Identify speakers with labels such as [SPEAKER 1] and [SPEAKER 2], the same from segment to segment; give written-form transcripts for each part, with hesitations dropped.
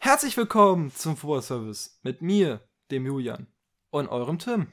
[SPEAKER 1] Herzlich willkommen zum Football Service mit mir, dem Julian, und eurem Tim.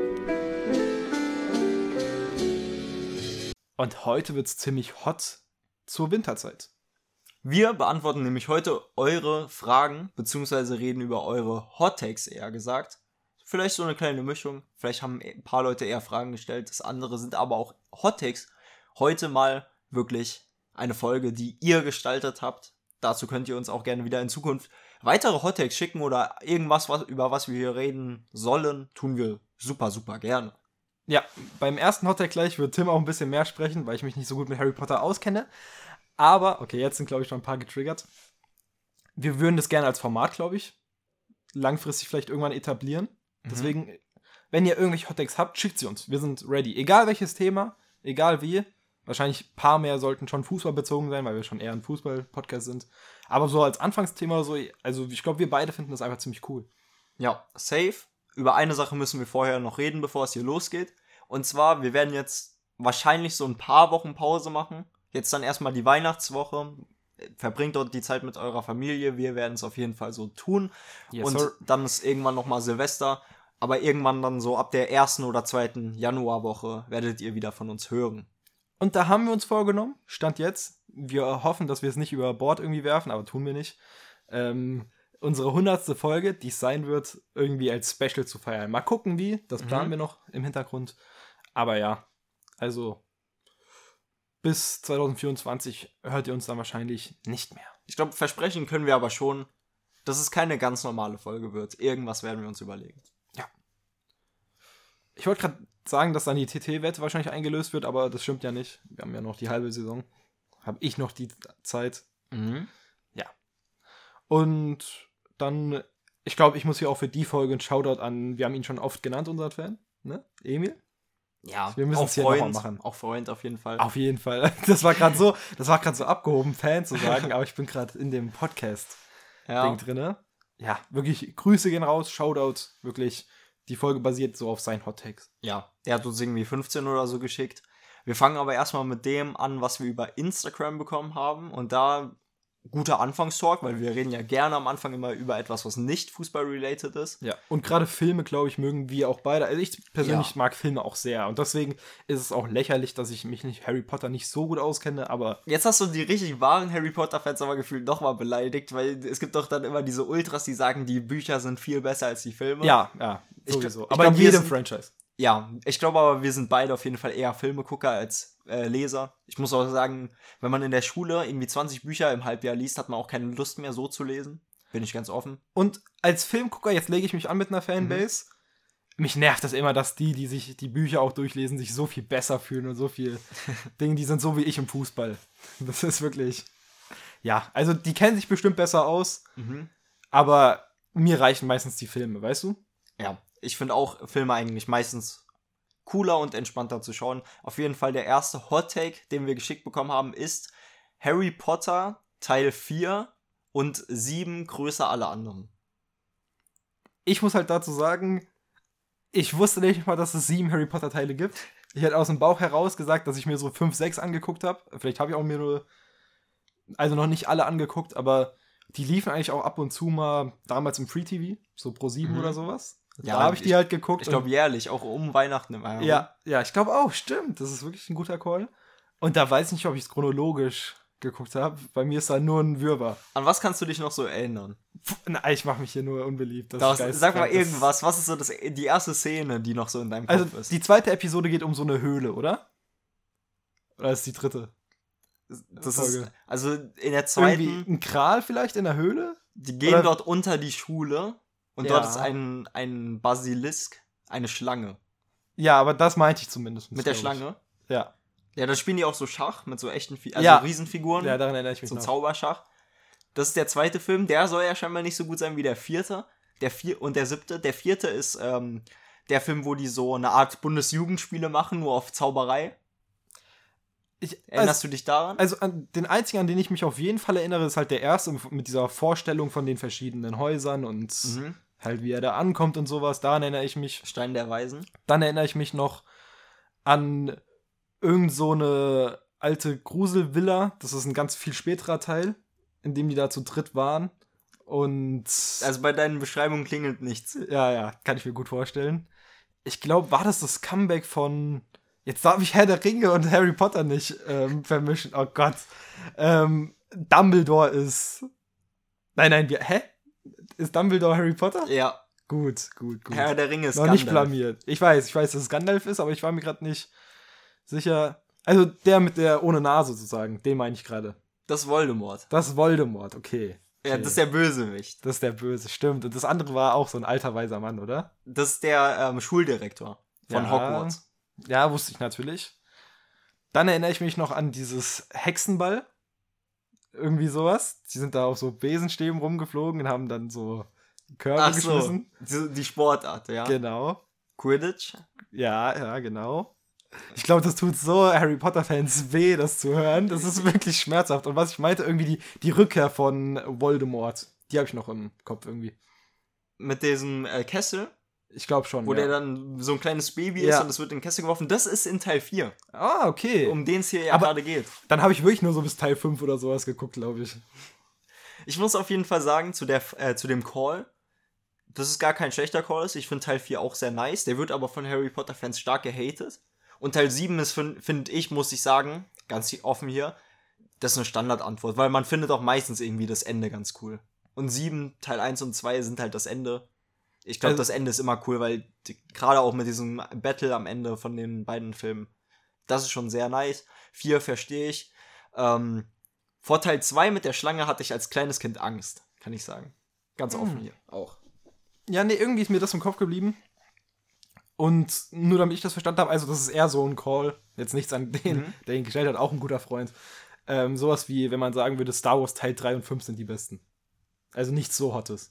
[SPEAKER 1] Und heute wird's ziemlich hot zur Winterzeit.
[SPEAKER 2] Wir beantworten nämlich heute eure Fragen, beziehungsweise reden über eure Hot Takes eher gesagt. Vielleicht so eine kleine Mischung. Vielleicht haben ein paar Leute eher Fragen gestellt, das andere sind aber auch Hot Takes. Heute mal wirklich eine Folge, die ihr gestaltet habt. Dazu könnt ihr uns auch gerne wieder in Zukunft weitere Hot Takes schicken oder irgendwas, über was wir hier reden sollen, tun wir super, super gerne.
[SPEAKER 1] Ja, beim ersten Hot Take gleich wird Tim auch ein bisschen mehr sprechen, weil ich mich nicht so gut mit Harry Potter auskenne. Aber, okay, jetzt sind, glaube ich, schon ein paar getriggert. Wir würden das gerne als Format, glaube ich, langfristig vielleicht irgendwann etablieren. Deswegen, wenn ihr irgendwelche Hot Takes habt, schickt sie uns. Wir sind ready. Egal welches Thema, egal wie. Wahrscheinlich ein paar mehr sollten schon fußballbezogen sein, weil wir schon eher ein Fußball-Podcast sind. Aber so als Anfangsthema, so, also ich glaube, wir beide finden das einfach ziemlich cool.
[SPEAKER 2] Ja, safe. Über eine Sache müssen wir vorher noch reden, bevor es hier losgeht. Und zwar, wir werden jetzt wahrscheinlich so ein paar Wochen Pause machen. Jetzt dann erstmal die Weihnachtswoche. Verbringt dort die Zeit mit eurer Familie. Wir werden es auf jeden Fall so tun.
[SPEAKER 1] Yes,
[SPEAKER 2] und
[SPEAKER 1] sir.
[SPEAKER 2] Dann ist irgendwann nochmal Silvester. Aber irgendwann dann so ab der 1. oder 2. Januarwoche werdet ihr wieder von uns hören.
[SPEAKER 1] Und da haben wir uns vorgenommen, Stand jetzt, wir hoffen, dass wir es nicht über Bord irgendwie werfen, aber tun wir nicht, unsere 100. Folge, die es sein wird, irgendwie als Special zu feiern. Mal gucken wie, das planen wir noch im Hintergrund. Aber ja, also bis 2024 hört ihr uns dann wahrscheinlich nicht mehr.
[SPEAKER 2] Ich glaube, versprechen können wir aber schon, dass es keine ganz normale Folge wird. Irgendwas werden wir uns überlegen.
[SPEAKER 1] Ja. Ich wollte gerade sagen, dass dann die TT-Wette wahrscheinlich eingelöst wird, aber das stimmt ja nicht. Wir haben ja noch die halbe Saison. Habe ich noch die Zeit. Ja. Und dann, ich glaube, ich muss hier auch für die Folge ein Shoutout an, wir haben ihn schon oft genannt, unseren Fan, ne? Emil?
[SPEAKER 2] Ja,
[SPEAKER 1] wir müssen es hier nochmal machen.
[SPEAKER 2] Auch Freund auf jeden Fall.
[SPEAKER 1] Auf jeden Fall. Das war gerade so abgehoben, Fan zu sagen, aber ich bin gerade in dem Podcast-Ding drin. Ja, wirklich, Grüße gehen raus, Shoutout, wirklich. Die Folge basiert so auf seinen Hot Takes.
[SPEAKER 2] Ja, er hat uns irgendwie 15 oder so geschickt. Wir fangen aber erstmal mit dem an, was wir über Instagram bekommen haben. Und da guter Anfangstalk, weil wir reden ja gerne am Anfang immer über etwas, was nicht Fußball-related ist.
[SPEAKER 1] Ja, und gerade Filme, glaube ich, mögen wir auch beide. Also ich persönlich mag Filme auch sehr. Und deswegen ist es auch lächerlich, dass ich mich nicht Harry Potter nicht so gut auskenne, aber...
[SPEAKER 2] Jetzt hast du die richtig wahren Harry Potter-Fans aber gefühlt nochmal beleidigt, weil es gibt doch dann immer diese Ultras, die sagen, die Bücher sind viel besser als die Filme.
[SPEAKER 1] Ja, sowieso.
[SPEAKER 2] Aber
[SPEAKER 1] in jedem Franchise.
[SPEAKER 2] Ja, ich glaube aber, wir sind beide auf jeden Fall eher Filmegucker als Leser. Ich muss auch sagen, wenn man in der Schule irgendwie 20 Bücher im Halbjahr liest, hat man auch keine Lust mehr, so zu lesen. Bin ich ganz offen.
[SPEAKER 1] Und als Filmgucker, jetzt lege ich mich an mit einer Fanbase, mich nervt das immer, dass die sich die Bücher auch durchlesen, sich so viel besser fühlen und so viel Dinge, die sind so wie ich im Fußball. Das ist wirklich... Ja, also die kennen sich bestimmt besser aus, aber mir reichen meistens die Filme, weißt du?
[SPEAKER 2] Ja, ich finde auch Filme eigentlich meistens cooler und entspannter zu schauen. Auf jeden Fall der erste Hot Take, den wir geschickt bekommen haben, ist Harry Potter Teil 4 und 7 größer alle anderen.
[SPEAKER 1] Ich muss halt dazu sagen, ich wusste nicht mal, dass es 7 Harry Potter Teile gibt. Ich hätte aus dem Bauch heraus gesagt, dass ich mir so 5, 6 angeguckt habe. Vielleicht habe ich auch mir nur, also noch nicht alle angeguckt, aber die liefen eigentlich auch ab und zu mal damals im Free TV, so Pro 7 oder sowas.
[SPEAKER 2] Ja,
[SPEAKER 1] da habe ich die halt geguckt.
[SPEAKER 2] Ich glaube jährlich, auch um Weihnachten immer.
[SPEAKER 1] Ja, ich glaube auch, stimmt. Das ist wirklich ein guter Call. Und da weiß ich nicht, ob ich es chronologisch geguckt habe. Bei mir ist da nur ein Wirrwarr.
[SPEAKER 2] An was kannst du dich noch so erinnern?
[SPEAKER 1] Nein, ich mache mich hier nur unbeliebt.
[SPEAKER 2] Sag mal irgendwas. Was ist so die erste Szene, die noch so in deinem Kopf ist?
[SPEAKER 1] Die zweite Episode geht um so eine Höhle, oder? Oder ist die dritte?
[SPEAKER 2] Das ist, also in der zweiten...
[SPEAKER 1] Irgendwie ein Kral vielleicht in der Höhle?
[SPEAKER 2] Die gehen dort unter die Schule und dort ist ein Basilisk, eine Schlange.
[SPEAKER 1] Ja, aber das meinte ich zumindest.
[SPEAKER 2] Mit der Schlange?
[SPEAKER 1] Ja.
[SPEAKER 2] Ja, da spielen die auch so Schach mit so echten Riesenfiguren.
[SPEAKER 1] Ja, daran erinnere ich mich
[SPEAKER 2] so
[SPEAKER 1] noch.
[SPEAKER 2] Zauberschach. Das ist der zweite Film. Der soll ja scheinbar nicht so gut sein wie der vierte. Und der siebte. Der vierte ist der Film, wo die so eine Art Bundesjugendspiele machen, nur auf Zauberei. Erinnerst du dich daran?
[SPEAKER 1] Also den einzigen, an den ich mich auf jeden Fall erinnere, ist halt der erste mit dieser Vorstellung von den verschiedenen Häusern und halt wie er da ankommt und sowas. Daran erinnere ich mich.
[SPEAKER 2] Stein der Weisen.
[SPEAKER 1] Dann erinnere ich mich noch an irgend so eine alte Gruselvilla. Das ist ein ganz viel späterer Teil, in dem die da zu dritt waren. Und
[SPEAKER 2] Also bei deinen Beschreibungen klingelt nichts.
[SPEAKER 1] ja, kann ich mir gut vorstellen. Ich glaube, war das Comeback von... Jetzt darf ich Herr der Ringe und Harry Potter nicht vermischen. Oh Gott. Dumbledore ist... Nein, hä? Ist Dumbledore Harry Potter?
[SPEAKER 2] Ja.
[SPEAKER 1] Gut.
[SPEAKER 2] Herr der Ringe ist
[SPEAKER 1] noch
[SPEAKER 2] Gandalf.
[SPEAKER 1] nicht blamiert. Ich weiß, dass es Gandalf ist, aber ich war mir gerade nicht sicher. Also der mit der ohne Nase sozusagen, den meine ich gerade.
[SPEAKER 2] Das ist Voldemort.
[SPEAKER 1] Das ist Voldemort, okay.
[SPEAKER 2] Ja, das ist der Bösewicht.
[SPEAKER 1] Das ist der Böse, stimmt. Und das andere war auch so ein alter, weiser Mann, oder?
[SPEAKER 2] Das ist der Schuldirektor von Hogwarts.
[SPEAKER 1] Ja, wusste ich natürlich. Dann erinnere ich mich noch an dieses Hexenball. Irgendwie sowas. Die sind da auf so Besenstäben rumgeflogen und haben dann so Körbe geschmissen.
[SPEAKER 2] Die Sportart, ja.
[SPEAKER 1] Genau.
[SPEAKER 2] Quidditch.
[SPEAKER 1] Ja, genau. Ich glaube, das tut so Harry Potter-Fans weh, das zu hören. Das ist wirklich schmerzhaft. Und was ich meinte, irgendwie die Rückkehr von Voldemort. Die habe ich noch im Kopf irgendwie.
[SPEAKER 2] Mit diesem Kessel.
[SPEAKER 1] Ich glaube schon,
[SPEAKER 2] Wo der dann so ein kleines Baby ist und es wird in den Kessel geworfen. Das ist in Teil 4.
[SPEAKER 1] Ah, okay.
[SPEAKER 2] Um den es hier ja gerade geht.
[SPEAKER 1] Dann habe ich wirklich nur so bis Teil 5 oder sowas geguckt, glaube ich.
[SPEAKER 2] Ich muss auf jeden Fall sagen, zu dem Call, dass es gar kein schlechter Call ist. Ich finde Teil 4 auch sehr nice. Der wird aber von Harry Potter-Fans stark gehatet. Und Teil 7 ist, finde ich, muss ich sagen, ganz offen hier, das ist eine Standardantwort. Weil man findet auch meistens irgendwie das Ende ganz cool. Und 7, Teil 1 und 2 sind halt das Ende. Ich glaube, das Ende ist immer cool, weil gerade auch mit diesem Battle am Ende von den beiden Filmen, das ist schon sehr nice. 4 verstehe ich. Vor Teil 2 mit der Schlange hatte ich als kleines Kind Angst, kann ich sagen. Ganz offen hier auch.
[SPEAKER 1] Ja, nee, irgendwie ist mir das im Kopf geblieben. Und nur damit ich das verstanden habe, also das ist eher so ein Call, jetzt nichts an den, der ihn gestellt hat, auch ein guter Freund. Sowas wie, wenn man sagen würde, Star Wars Teil 3 und 5 sind die besten. Also nichts so Hottes.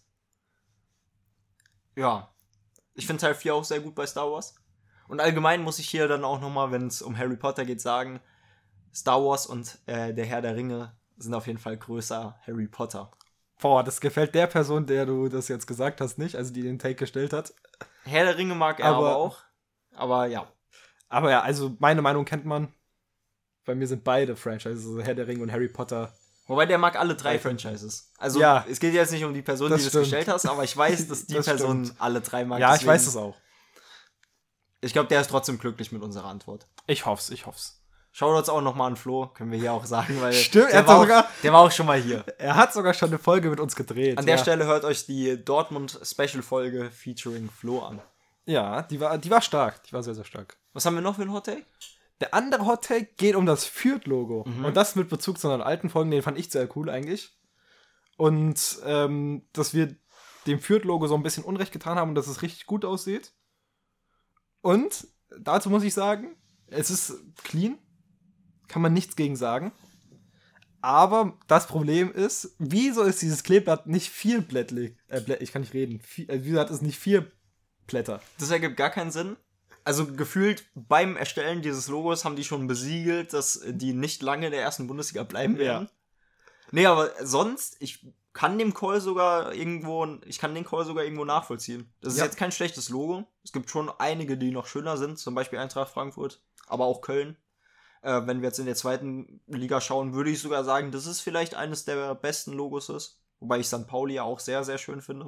[SPEAKER 2] Ja. Ich finde Teil 4 auch sehr gut bei Star Wars. Und allgemein muss ich hier dann auch nochmal, wenn es um Harry Potter geht, sagen, Star Wars und der Herr der Ringe sind auf jeden Fall größer Harry Potter.
[SPEAKER 1] Boah, das gefällt der Person, der du das jetzt gesagt hast, nicht, also die den Take gestellt hat.
[SPEAKER 2] Herr der Ringe mag er aber auch. Aber ja.
[SPEAKER 1] Aber ja, also meine Meinung kennt man. Bei mir sind beide Franchises, also Herr der Ringe und Harry Potter.
[SPEAKER 2] Wobei der mag alle 3 Franchises. Also
[SPEAKER 1] ja,
[SPEAKER 2] es geht jetzt nicht um die Person, die das gestellt hast, aber ich weiß, dass die Person alle 3 mag.
[SPEAKER 1] Ja,
[SPEAKER 2] deswegen,
[SPEAKER 1] ich weiß es auch.
[SPEAKER 2] Ich glaube, der ist trotzdem glücklich mit unserer Antwort.
[SPEAKER 1] Ich hoff's.
[SPEAKER 2] Shoutouts auch nochmal an Flo, können wir hier auch sagen, weil
[SPEAKER 1] stimmt,
[SPEAKER 2] der war auch schon mal hier.
[SPEAKER 1] Er hat sogar schon eine Folge mit uns gedreht.
[SPEAKER 2] An der Stelle hört euch die Dortmund-Special-Folge featuring Flo an.
[SPEAKER 1] Ja, die war stark. Die war sehr, sehr stark.
[SPEAKER 2] Was haben wir noch für einen Hot-Take?
[SPEAKER 1] Der andere Hot-Take geht um das Fürth-Logo. Und das mit Bezug zu einer alten Folge, den fand ich sehr cool eigentlich. Und dass wir dem Fürth-Logo so ein bisschen Unrecht getan haben und dass es richtig gut aussieht. Und dazu muss ich sagen, es ist clean. Kann man nichts gegen sagen. Aber das Problem ist, wieso ist dieses Kleeblatt nicht vierblättrig? Ich kann nicht reden. Wieso hat es nicht 4 Blätter?
[SPEAKER 2] Das ergibt gar keinen Sinn. Also gefühlt beim Erstellen dieses Logos haben die schon besiegelt, dass die nicht lange in der ersten Bundesliga bleiben werden. Ja. Nee, aber sonst, ich kann den Call sogar irgendwo nachvollziehen. Das ist jetzt kein schlechtes Logo. Es gibt schon einige, die noch schöner sind, zum Beispiel Eintracht Frankfurt, aber auch Köln. Wenn wir jetzt in der 2. Liga schauen, würde ich sogar sagen, dass es vielleicht eines der besten Logos ist. Wobei ich St. Pauli ja auch sehr, sehr schön finde.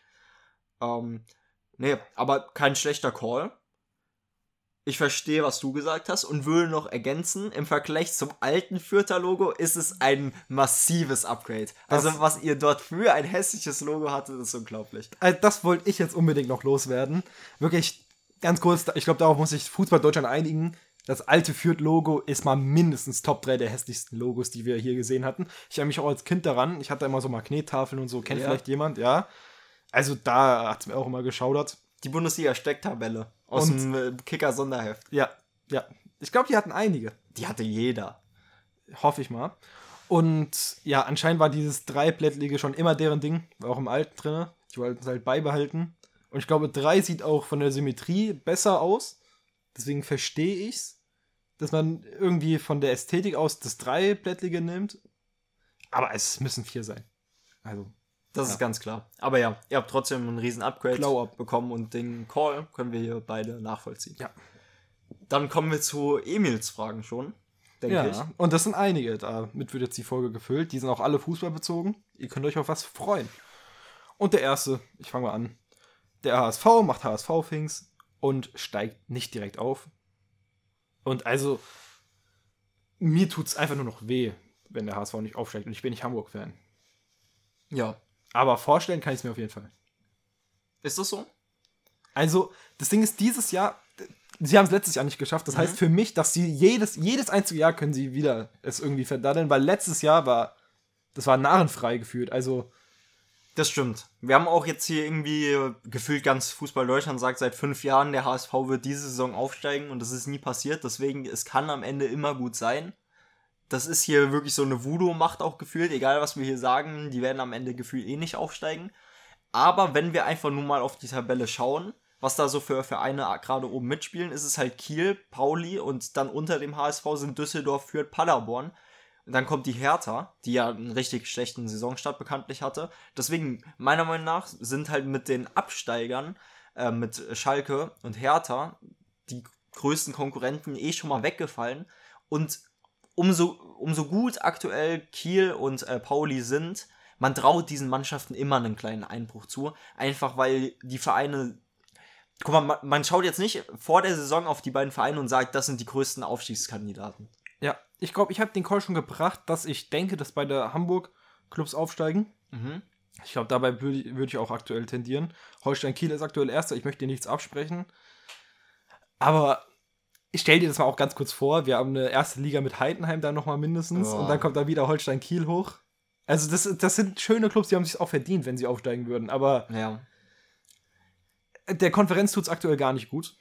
[SPEAKER 2] Nee, aber kein schlechter Call. Ich verstehe, was du gesagt hast und würde noch ergänzen, im Vergleich zum alten Fürther Logo ist es ein massives Upgrade. Also was ihr dort für ein hässliches Logo hattet, ist unglaublich.
[SPEAKER 1] Also das wollte ich jetzt unbedingt noch loswerden. Wirklich ganz kurz, ich glaube, darauf muss sich Fußball Deutschland einigen. Das alte Fürth-Logo ist mal mindestens Top 3 der hässlichsten Logos, die wir hier gesehen hatten. Ich erinnere mich auch als Kind daran. Ich hatte immer so Magnettafeln und so. Kennt vielleicht jemand? Ja. Also da hat es mir auch immer geschaudert.
[SPEAKER 2] Die Bundesliga-Stecktabelle aus dem Kicker-Sonderheft.
[SPEAKER 1] Ja. Ich glaube, die hatten einige.
[SPEAKER 2] Die hatte jeder.
[SPEAKER 1] Hoffe ich mal. Und ja, anscheinend war dieses Dreiblättlige schon immer deren Ding. War auch im Alten drin. Die wollten es halt beibehalten. Und ich glaube, 3 sieht auch von der Symmetrie besser aus. Deswegen verstehe ich's, dass man irgendwie von der Ästhetik aus das Dreiblättlige nimmt. Aber es müssen 4 sein. Also.
[SPEAKER 2] Das ist ganz klar. Aber ja, ihr habt trotzdem einen riesen Upgrade bekommen und den Call können wir hier beide nachvollziehen.
[SPEAKER 1] Ja.
[SPEAKER 2] Dann kommen wir zu Emils Fragen schon, denke ich.
[SPEAKER 1] Und das sind einige. Damit wird jetzt die Folge gefüllt. Die sind auch alle fußballbezogen. Ihr könnt euch auf was freuen. Und der erste, ich fange mal an. Der HSV macht HSV-Things und steigt nicht direkt auf. Und also, mir tut's einfach nur noch weh, wenn der HSV nicht aufsteigt. Und ich bin nicht Hamburg-Fan.
[SPEAKER 2] Ja.
[SPEAKER 1] Aber vorstellen kann ich es mir auf jeden Fall.
[SPEAKER 2] Ist das so?
[SPEAKER 1] Also, das Ding ist, dieses Jahr, sie haben es letztes Jahr nicht geschafft. Das heißt für mich, dass sie jedes einzige Jahr können sie wieder es irgendwie verdaddeln, weil letztes Jahr war narrenfrei gefühlt. Also,
[SPEAKER 2] Das stimmt. Wir haben auch jetzt hier irgendwie gefühlt ganz Fußball Deutschland sagt seit 5 Jahren, der HSV wird diese Saison aufsteigen und das ist nie passiert. Deswegen, es kann am Ende immer gut sein. Das ist hier wirklich so eine Voodoo-Macht auch gefühlt. Egal, was wir hier sagen, die werden am Ende gefühlt eh nicht aufsteigen. Aber wenn wir einfach nur mal auf die Tabelle schauen, was da so für Vereine gerade oben mitspielen, ist es halt Kiel, Pauli und dann unter dem HSV sind Düsseldorf, Fürth, Paderborn. Und dann kommt die Hertha, die ja einen richtig schlechten Saisonstart bekanntlich hatte. Deswegen, meiner Meinung nach, sind halt mit den Absteigern, mit Schalke und Hertha, die größten Konkurrenten schon mal weggefallen. Und umso gut aktuell Kiel und Pauli sind, man traut diesen Mannschaften immer einen kleinen Einbruch zu. Einfach weil die Vereine... Guck mal, man schaut jetzt nicht vor der Saison auf die beiden Vereine und sagt, das sind die größten Aufstiegskandidaten.
[SPEAKER 1] ja, ich glaube, ich habe den Call schon gebracht, dass ich denke, dass beide Hamburg-Clubs aufsteigen. Ich glaube, dabei würde ich auch aktuell tendieren. Holstein Kiel ist aktuell Erster, ich möchte dir nichts absprechen. Aber ich stelle dir das mal auch ganz kurz vor, wir haben eine erste Liga mit Heidenheim da nochmal mindestens und dann kommt da wieder Holstein Kiel hoch. Also das sind schöne Clubs, die haben sich auch verdient, wenn sie aufsteigen würden, aber
[SPEAKER 2] Ja.
[SPEAKER 1] der Konferenz tut es aktuell gar nicht gut.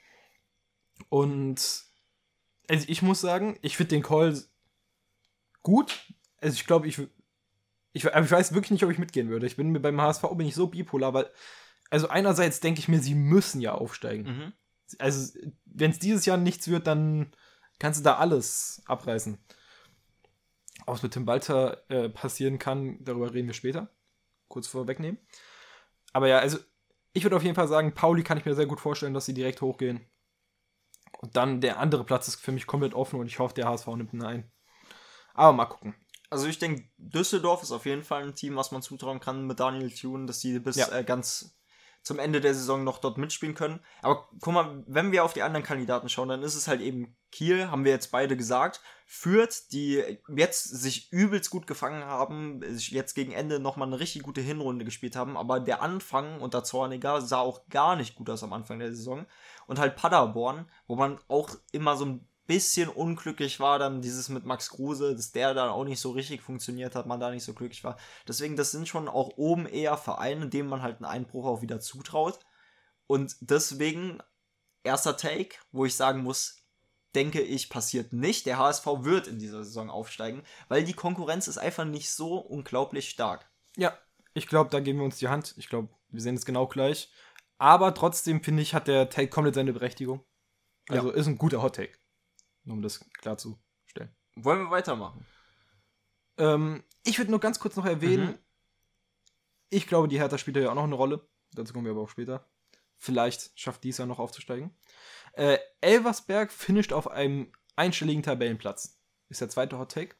[SPEAKER 1] Und also ich muss sagen, ich finde den Call gut. Also ich glaube, aber ich weiß wirklich nicht, ob ich mitgehen würde. Beim HSV bin ich so bipolar, weil also einerseits denke ich mir, sie müssen ja aufsteigen. Also wenn es dieses Jahr nichts wird, dann kannst du da alles abreißen. Auch was mit Tim Walter passieren kann, darüber reden wir später. Kurz vorwegnehmen. Aber ja, also ich würde auf jeden Fall sagen, Pauli kann ich mir sehr gut vorstellen, dass sie direkt hochgehen. Und dann der andere Platz ist für mich komplett offen und ich hoffe, der HSV nimmt ihn ein. Aber mal gucken.
[SPEAKER 2] Also ich denke, Düsseldorf ist auf jeden Fall ein Team, was man zutrauen kann mit Daniel Thune, dass die bis ganz zum Ende der Saison noch dort mitspielen können. Aber guck mal, wenn wir auf die anderen Kandidaten schauen, dann ist es halt eben Kiel, haben wir jetzt beide gesagt. Fürth, die jetzt sich übelst gut gefangen haben, jetzt gegen Ende nochmal eine richtig gute Hinrunde gespielt haben, aber der Anfang unter Zorniger sah auch gar nicht gut aus am Anfang der Saison. Und halt Paderborn, wo man auch immer so ein bisschen unglücklich war, dann dieses mit Max Kruse, dass der dann auch nicht so richtig funktioniert hat, man da nicht so glücklich war. Deswegen, das sind schon auch oben eher Vereine, denen man halt einen Einbruch auch wieder zutraut. Und deswegen, erster Take, wo ich sagen muss, denke ich, passiert nicht. Der HSV wird in dieser Saison aufsteigen, weil die Konkurrenz ist einfach nicht so unglaublich stark.
[SPEAKER 1] Ja, ich glaube, da geben wir uns die Hand. Ich glaube, wir sehen es genau gleich. Aber trotzdem, finde ich, hat der Take komplett seine Berechtigung. Also ist ein guter Hot-Take. Um das klarzustellen.
[SPEAKER 2] Wollen wir weitermachen?
[SPEAKER 1] Ich würde nur ganz kurz noch erwähnen, ich glaube, die Hertha spielt ja auch noch eine Rolle. Dazu kommen wir aber auch später. Vielleicht schafft dies ja noch aufzusteigen. Elversberg finisht auf einem einstelligen Tabellenplatz. Ist der zweite Hot Take.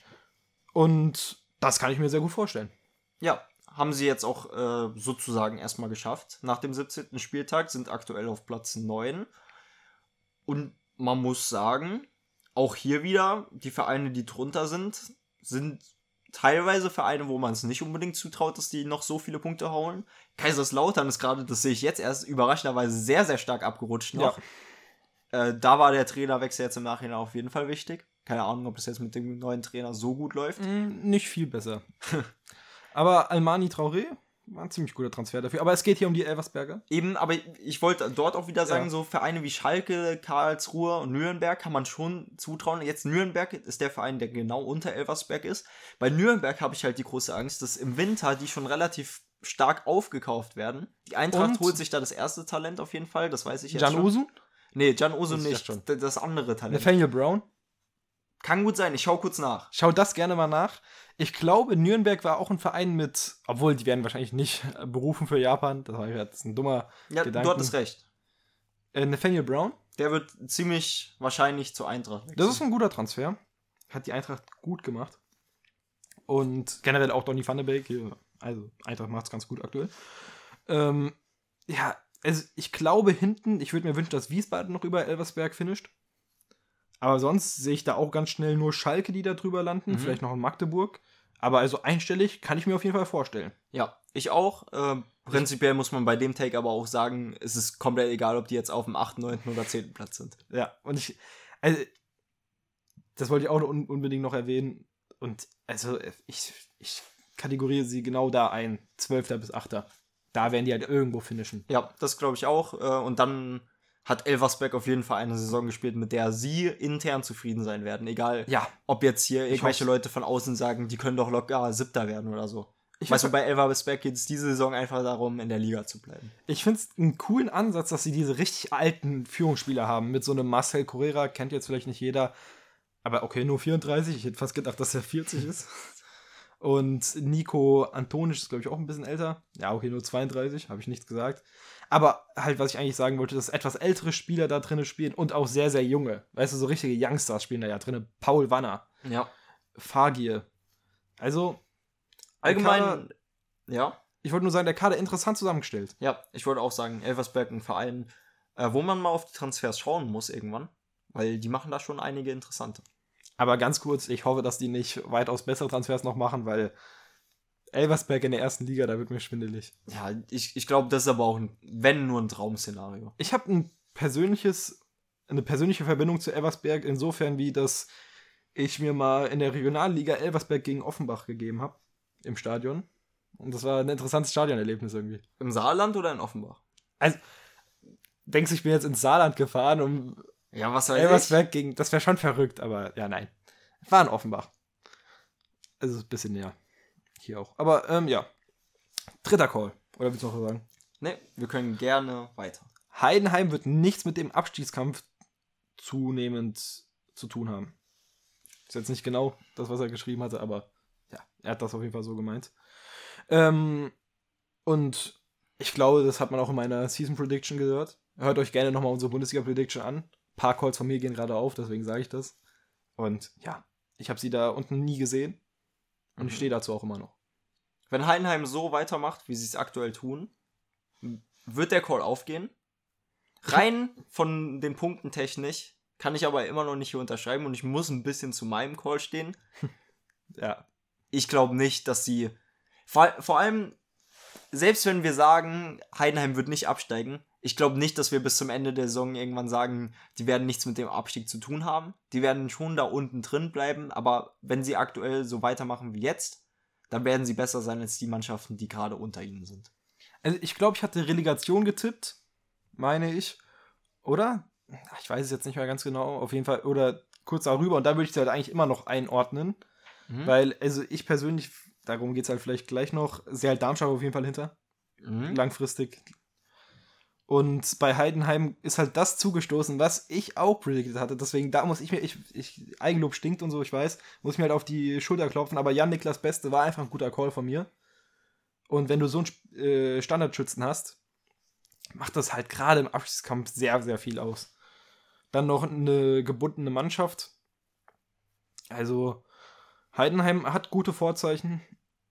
[SPEAKER 1] Und das kann ich mir sehr gut vorstellen.
[SPEAKER 2] Ja, haben sie jetzt auch sozusagen erstmal geschafft. Nach dem 17. Spieltag sind aktuell auf Platz 9. Und man muss sagen, auch hier wieder, die Vereine, die drunter sind teilweise Vereine, wo man es nicht unbedingt zutraut, dass die noch so viele Punkte hauen. Kaiserslautern ist gerade, das sehe ich jetzt erst, überraschenderweise sehr, sehr stark abgerutscht noch. Ja. Da war der Trainerwechsel jetzt im Nachhinein auf jeden Fall wichtig. Keine Ahnung, ob das jetzt mit dem neuen Trainer so gut läuft.
[SPEAKER 1] Nicht viel besser. Aber Almani Traoré war ein ziemlich guter Transfer dafür. Aber es geht hier um die Elversberger.
[SPEAKER 2] Eben, aber ich wollte dort auch wieder sagen, so Vereine wie Schalke, Karlsruhe und Nürnberg kann man schon zutrauen. Jetzt Nürnberg ist der Verein, der genau unter Elversberg ist. Bei Nürnberg habe ich halt die große Angst, dass im Winter die schon relativ stark aufgekauft werden. Die Eintracht holt sich da das erste Talent auf jeden Fall, das weiß ich jetzt
[SPEAKER 1] Can Usu?
[SPEAKER 2] Nee, Can Usu nicht. Das andere Talent.
[SPEAKER 1] Nathaniel Brown?
[SPEAKER 2] Kann gut sein, ich schau kurz nach.
[SPEAKER 1] Schau das gerne mal nach. Ich glaube, Nürnberg war auch ein Verein mit, obwohl die werden wahrscheinlich nicht berufen für Japan, das war jetzt ein dummer Gedanke.
[SPEAKER 2] Du hattest recht.
[SPEAKER 1] Nathaniel Brown?
[SPEAKER 2] Der wird ziemlich wahrscheinlich zur Eintracht wechseln.
[SPEAKER 1] Das ist ein guter Transfer. Hat die Eintracht gut gemacht. Und generell auch Donny van de Beek, hier Also Eintracht macht es ganz gut aktuell. Ja, also ich glaube hinten, ich würde mir wünschen, dass Wiesbaden noch über Elversberg finisht. Aber sonst sehe ich da auch ganz schnell nur Schalke, die da drüber landen. Vielleicht noch in Magdeburg. Aber also einstellig kann ich mir auf jeden Fall vorstellen.
[SPEAKER 2] Ja, ich auch. Prinzipiell muss man bei dem Take aber auch sagen, es ist komplett egal, ob die jetzt auf dem 8., 9. oder 10. Platz sind.
[SPEAKER 1] Ja, und also, das wollte ich auch unbedingt noch erwähnen. Und also, ich kategoriere sie genau da ein. 12. bis 8. Da werden die halt irgendwo finishen.
[SPEAKER 2] Ja, das glaube ich auch. Und dann hat Elversberg auf jeden Fall eine Saison gespielt, mit der sie intern zufrieden sein werden. Egal, ob jetzt hier irgendwelche Leute von außen sagen, die können doch locker 7. werden oder so. Weißt du, bei Elversberg geht es diese Saison einfach darum, in der Liga zu bleiben.
[SPEAKER 1] Ich finde es einen coolen Ansatz, dass sie diese richtig alten Führungsspieler haben. Mit so einem Marcel Correa, kennt jetzt vielleicht nicht jeder. Aber okay, nur 34. Ich hätte fast gedacht, dass er 40 ist. Und Nico Antonisch ist, glaube ich, auch ein bisschen älter. Ja, okay, nur 32, habe ich nichts gesagt. Aber halt, was ich eigentlich sagen wollte, dass etwas ältere Spieler da drinnen spielen und auch sehr, sehr junge. Weißt du, so richtige Youngstars spielen da ja drinnen. Paul Wanner.
[SPEAKER 2] Ja.
[SPEAKER 1] Fagir. Also,
[SPEAKER 2] allgemein,
[SPEAKER 1] Kader,
[SPEAKER 2] ja.
[SPEAKER 1] Ich wollte nur sagen, der Kader interessant zusammengestellt.
[SPEAKER 2] Ja, ich wollte auch sagen, Elversberg ein Verein, wo man mal auf die Transfers schauen muss irgendwann. Weil die machen da schon einige interessante.
[SPEAKER 1] Aber ganz kurz, ich hoffe, dass die nicht weitaus bessere Transfers noch machen, weil Elversberg in der ersten Liga, da wird mir schwindelig.
[SPEAKER 2] Ja, ich glaube, das ist aber auch, wenn nur ein Traum-Szenario.
[SPEAKER 1] Ich habe eine persönliche Verbindung zu Elversberg, insofern wie, dass ich mir mal in der Regionalliga Elversberg gegen Offenbach gegeben habe, im Stadion. Und das war ein interessantes Stadionerlebnis irgendwie.
[SPEAKER 2] Im Saarland oder in Offenbach?
[SPEAKER 1] Also, denkst du, ich bin jetzt ins Saarland gefahren, um
[SPEAKER 2] ja, was weiß
[SPEAKER 1] Elversberg gegen, das wäre schon verrückt, aber ja, nein. War in Offenbach. Also ein bisschen näher. Hier auch. Aber, ja. 3. Call. Oder willst du noch was sagen?
[SPEAKER 2] Ne, wir können gerne weiter.
[SPEAKER 1] Heidenheim wird nichts mit dem Abstiegskampf zunehmend zu tun haben. Ist jetzt nicht genau das, was er geschrieben hatte, aber ja, er hat das auf jeden Fall so gemeint. Und ich glaube, das hat man auch in meiner Season Prediction gehört. Hört euch gerne nochmal unsere Bundesliga Prediction an. Ein paar Calls von mir gehen gerade auf, deswegen sage ich das. Und ja, ich habe sie da unten nie gesehen. Und ich stehe dazu auch immer noch.
[SPEAKER 2] Wenn Heidenheim so weitermacht, wie sie es aktuell tun, wird der Call aufgehen. Rein von den Punkten technisch kann ich aber immer noch nicht hier unterschreiben und ich muss ein bisschen zu meinem Call stehen.
[SPEAKER 1] Ja.
[SPEAKER 2] Ich glaube nicht, dass sie, vor allem, selbst wenn wir sagen, Heidenheim wird nicht absteigen, ich glaube nicht, dass wir bis zum Ende der Saison irgendwann sagen, die werden nichts mit dem Abstieg zu tun haben. Die werden schon da unten drin bleiben, aber wenn sie aktuell so weitermachen wie jetzt, dann werden sie besser sein als die Mannschaften, die gerade unter ihnen sind.
[SPEAKER 1] Also ich glaube, ich hatte Relegation getippt, meine ich. Oder? Ich weiß es jetzt nicht mehr ganz genau. Auf jeden Fall. Oder kurz darüber. Und da würde ich sie halt eigentlich immer noch einordnen. Weil, also ich persönlich, darum geht es halt vielleicht gleich noch, sehe halt Darmstadt auf jeden Fall hinter. Langfristig. Und bei Heidenheim ist halt das zugestoßen, was ich auch predicted hatte. Deswegen, da muss ich mir, Eigenlob stinkt und so, ich weiß, muss ich mir halt auf die Schulter klopfen. Aber Jan-Niklas Beste war einfach ein guter Call von mir. Und wenn du so einen Standardschützen hast, macht das halt gerade im Abstiegskampf sehr, sehr viel aus. Dann noch eine gebundene Mannschaft. Also, Heidenheim hat gute Vorzeichen.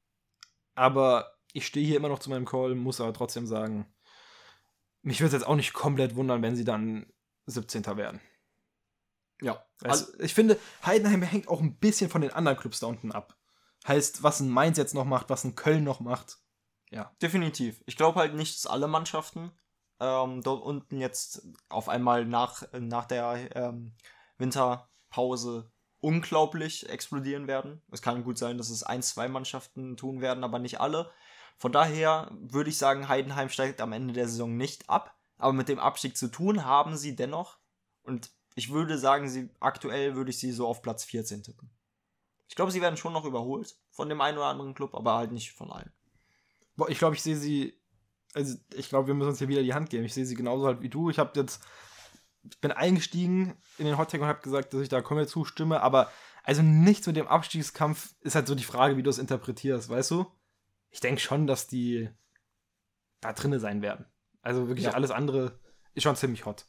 [SPEAKER 1] Aber ich stehe hier immer noch zu meinem Call, muss aber trotzdem sagen, mich würde es jetzt auch nicht komplett wundern, wenn sie dann 17. werden.
[SPEAKER 2] Ja.
[SPEAKER 1] Also, ich finde, Heidenheim hängt auch ein bisschen von den anderen Clubs da unten ab. Heißt, was ein Mainz jetzt noch macht, was ein Köln noch macht. Ja.
[SPEAKER 2] Definitiv. Ich glaube halt nicht, dass alle Mannschaften dort unten jetzt auf einmal nach der Winterpause unglaublich explodieren werden. Es kann gut sein, dass es 1, 2 Mannschaften tun werden, aber nicht alle. Von daher würde ich sagen, Heidenheim steigt am Ende der Saison nicht ab. Aber mit dem Abstieg zu tun haben sie dennoch. Und ich würde sagen, aktuell würde ich sie so auf Platz 14 tippen. Ich glaube, sie werden schon noch überholt von dem einen oder anderen Club, aber halt nicht von allen.
[SPEAKER 1] Boah, ich glaube, ich sehe sie, also ich glaube, wir müssen uns hier wieder die Hand geben. Ich sehe sie genauso halt wie du. Ich bin eingestiegen in den Hottag und habe gesagt, dass ich da komplett zustimme, aber also nichts mit dem Abstiegskampf ist halt so die Frage, wie du es interpretierst, weißt du? Ich denke schon, dass die da drinne sein werden. Also wirklich alles andere ist schon ziemlich hot.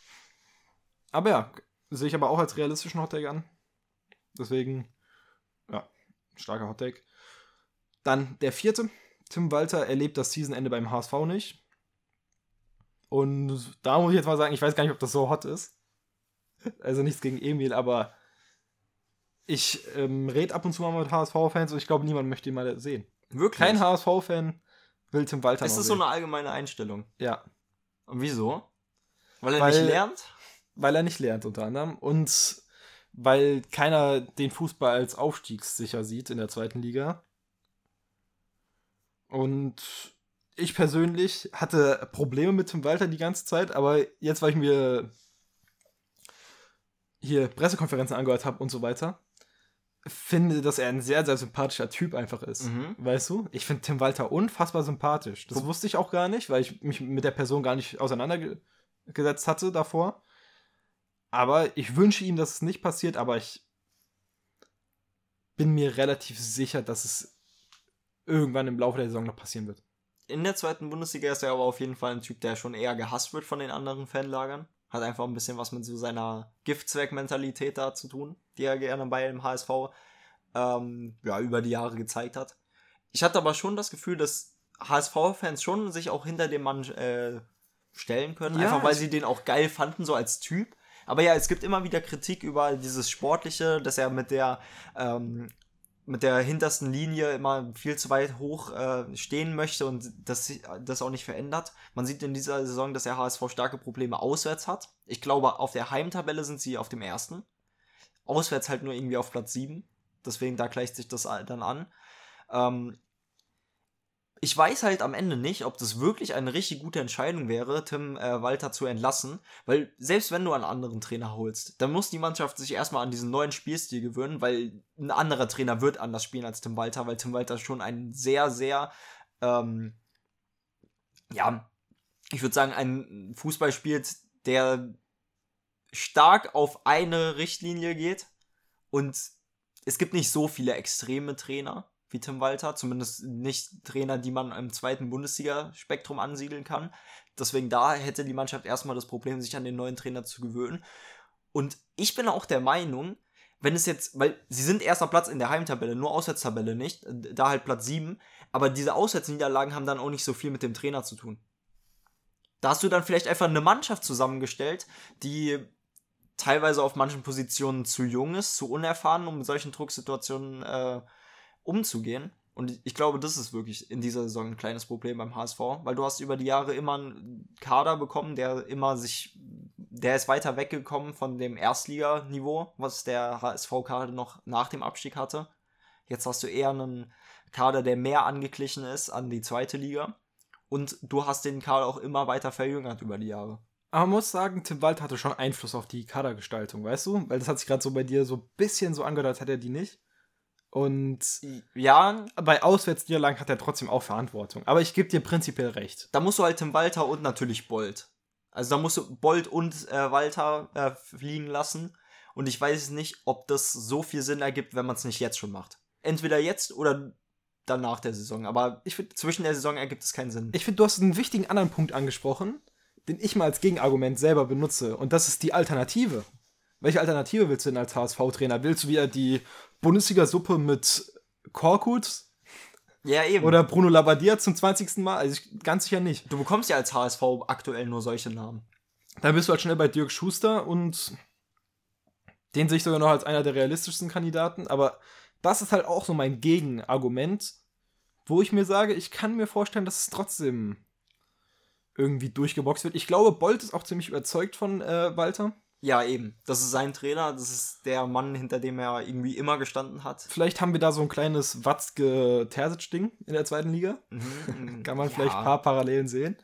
[SPEAKER 1] Aber ja, sehe ich aber auch als realistischen Hottag an. Deswegen, ja, starker Hottag. Dann der 4. Tim Walter erlebt das Seasonende beim HSV nicht. Und da muss ich jetzt mal sagen, ich weiß gar nicht, ob das so hot ist. Also nichts gegen Emil, aber ich rede ab und zu mal mit HSV-Fans und ich glaube, niemand möchte ihn mal sehen.
[SPEAKER 2] Wirklich?
[SPEAKER 1] Kein HSV-Fan will Tim Walter
[SPEAKER 2] Ist
[SPEAKER 1] noch
[SPEAKER 2] das
[SPEAKER 1] sehen.
[SPEAKER 2] so eine allgemeine Einstellung?
[SPEAKER 1] Ja.
[SPEAKER 2] Und wieso? Weil er nicht lernt?
[SPEAKER 1] Weil er nicht lernt, unter anderem. Und weil keiner den Fußball als aufstiegssicher sieht in der zweiten Liga. Und ich persönlich hatte Probleme mit Tim Walter die ganze Zeit, aber jetzt, weil ich mir hier Pressekonferenzen angehört habe und so weiter, finde, dass er ein sehr, sehr sympathischer Typ einfach ist. Weißt du? Ich finde Tim Walter unfassbar sympathisch. Das wusste ich auch gar nicht, weil ich mich mit der Person gar nicht auseinandergesetzt hatte davor. Aber ich wünsche ihm, dass es nicht passiert, aber ich bin mir relativ sicher, dass es irgendwann im Laufe der Saison noch passieren wird.
[SPEAKER 2] In der zweiten Bundesliga ist er aber auf jeden Fall ein Typ, der schon eher gehasst wird von den anderen Fanlagern. Hat einfach ein bisschen was mit so seiner Giftzweck-Mentalität da zu tun, die er gerne bei dem HSV über die Jahre gezeigt hat. Ich hatte aber schon das Gefühl, dass HSV-Fans schon sich auch hinter dem Mann stellen können,
[SPEAKER 1] Ja,
[SPEAKER 2] einfach weil sie den auch geil fanden, so als Typ. Aber ja, es gibt immer wieder Kritik über dieses Sportliche, dass er mit der hintersten Linie immer viel zu weit hoch stehen möchte und das auch nicht verändert. Man sieht in dieser Saison, dass der HSV starke Probleme auswärts hat. Ich glaube, auf der Heimtabelle sind sie auf dem 1. Auswärts halt nur irgendwie auf Platz 7. Deswegen, da gleicht sich das dann an. Ich weiß halt am Ende nicht, ob das wirklich eine richtig gute Entscheidung wäre, Tim Walter zu entlassen, weil selbst wenn du einen anderen Trainer holst, dann muss die Mannschaft sich erstmal an diesen neuen Spielstil gewöhnen, weil ein anderer Trainer wird anders spielen als Tim Walter, weil Tim Walter schon einen sehr, sehr, ich würde sagen, einen Fußball spielt, der stark auf eine Richtlinie geht und es gibt nicht so viele extreme Trainer wie Tim Walter, zumindest nicht Trainer, die man im zweiten Bundesliga-Spektrum ansiedeln kann. Deswegen da hätte die Mannschaft erstmal das Problem, sich an den neuen Trainer zu gewöhnen. Und ich bin auch der Meinung, wenn es jetzt, weil sie sind erster Platz in der Heimtabelle, nur Auswärtstabelle nicht, da halt Platz 7, aber diese Auswärtsniederlagen haben dann auch nicht so viel mit dem Trainer zu tun. Da hast du dann vielleicht einfach eine Mannschaft zusammengestellt, die teilweise auf manchen Positionen zu jung ist, zu unerfahren, um mit solchen Drucksituationen umzugehen. Und ich glaube, das ist wirklich in dieser Saison ein kleines Problem beim HSV, weil du hast über die Jahre immer einen Kader bekommen, der ist weiter weggekommen von dem Erstliganiveau, was der HSV-Kader noch nach dem Abstieg hatte. Jetzt hast du eher einen Kader, der mehr angeglichen ist an die zweite Liga. Und du hast den Kader auch immer weiter verjüngert über die Jahre.
[SPEAKER 1] Aber man muss sagen, Tim Walter hatte schon Einfluss auf die Kadergestaltung, weißt du? Weil das hat sich gerade so bei dir so ein bisschen so angehört, als hätte er die nicht. Und
[SPEAKER 2] ja,
[SPEAKER 1] bei Auswärtsniederlagen hat er trotzdem auch Verantwortung. Aber ich gebe dir prinzipiell recht.
[SPEAKER 2] Da musst du halt Tim Walter und natürlich Bold. Also da musst du Bold und Walter fliegen lassen. Und ich weiß nicht, ob das so viel Sinn ergibt, wenn man es nicht jetzt schon macht. Entweder jetzt oder dann nach der Saison. Aber ich finde, zwischen der Saison ergibt es keinen Sinn.
[SPEAKER 1] Ich finde, du hast einen wichtigen anderen Punkt angesprochen, den ich mal als Gegenargument selber benutze. Und das ist die Alternative. Welche Alternative willst du denn als HSV-Trainer? Willst du wieder die Bundesliga-Suppe mit Korkut?
[SPEAKER 2] Ja, eben.
[SPEAKER 1] Oder Bruno Labbadia zum 20. Mal? Also ganz sicher nicht.
[SPEAKER 2] Du bekommst ja als HSV aktuell nur solche Namen.
[SPEAKER 1] Da bist du halt schnell bei Dirk Schuster und den sehe ich sogar noch als einer der realistischsten Kandidaten. Aber das ist halt auch so mein Gegenargument, wo ich mir sage, ich kann mir vorstellen, dass es trotzdem irgendwie durchgeboxt wird. Ich glaube, Bold ist auch ziemlich überzeugt von Walter.
[SPEAKER 2] Ja, eben. Das ist sein Trainer, das ist der Mann, hinter dem er irgendwie immer gestanden hat.
[SPEAKER 1] Vielleicht haben wir da so ein kleines Watzke-Terzic-Ding in der zweiten Liga. Kann man vielleicht ein paar Parallelen sehen.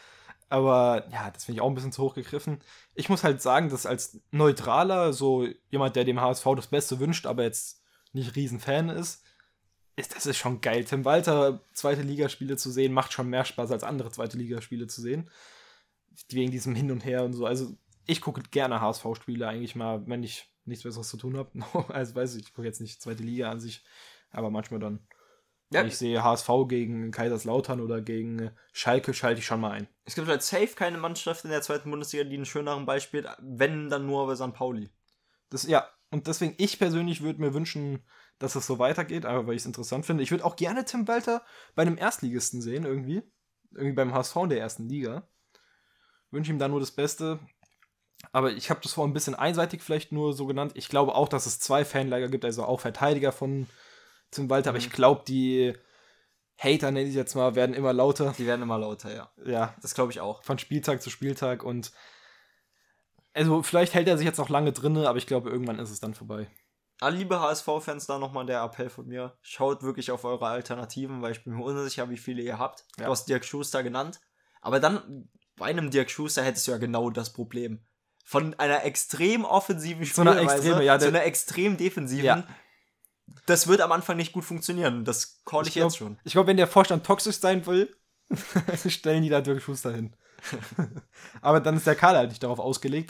[SPEAKER 1] Aber ja, das finde ich auch ein bisschen zu hoch gegriffen. Ich muss halt sagen, dass als Neutraler, so jemand, der dem HSV das Beste wünscht, aber jetzt nicht riesen Fan ist, das ist schon geil. Tim Walter zweite Ligaspiele zu sehen, macht schon mehr Spaß als andere zweite Ligaspiele zu sehen. Wegen diesem Hin und Her und so. Also ich gucke gerne HSV-Spiele eigentlich mal, wenn ich nichts Besseres zu tun habe. Also weiß ich gucke jetzt nicht zweite Liga an sich, aber manchmal dann. Ja. Wenn ich sehe HSV gegen Kaiserslautern oder gegen Schalke, schalte ich schon mal ein.
[SPEAKER 2] Es gibt halt safe keine Mannschaft in der zweiten Bundesliga, die einen schöneren Ball spielt, wenn dann nur bei St. Pauli.
[SPEAKER 1] Ja, und deswegen, ich persönlich würde mir wünschen, dass es so weitergeht, aber weil ich es interessant finde. Ich würde auch gerne Tim Walter bei einem Erstligisten sehen, irgendwie. Irgendwie beim HSV in der ersten Liga. Wünsche ihm da nur das Beste. Aber ich habe das vorhin ein bisschen einseitig vielleicht nur so genannt. Ich glaube auch, dass es 2 Fanlager gibt, also auch Verteidiger von Tim Walter. Aber ich glaube, die Hater, nenne ich jetzt mal, werden immer lauter.
[SPEAKER 2] Die werden immer lauter, ja.
[SPEAKER 1] Ja.
[SPEAKER 2] Das glaube ich auch.
[SPEAKER 1] Von Spieltag zu Spieltag. Und also vielleicht hält er sich jetzt noch lange drinne, aber ich glaube, irgendwann ist es dann vorbei.
[SPEAKER 2] Alle liebe HSV-Fans, da nochmal der Appell von mir. Schaut wirklich auf eure Alternativen, weil ich bin mir unsicher, wie viele ihr habt.
[SPEAKER 1] Ja.
[SPEAKER 2] Du hast Dirk Schuster genannt. Aber dann, bei einem Dirk Schuster hättest du ja genau das Problem. Von einer extrem offensiven Spielweise zu einer extrem defensiven. Ja. Das wird am Anfang nicht gut funktionieren. Das call ich jetzt schon.
[SPEAKER 1] Ich glaube, wenn der Vorstand toxisch sein will, stellen die da Dirk Schuster hin. Aber dann ist der Kader halt nicht darauf ausgelegt.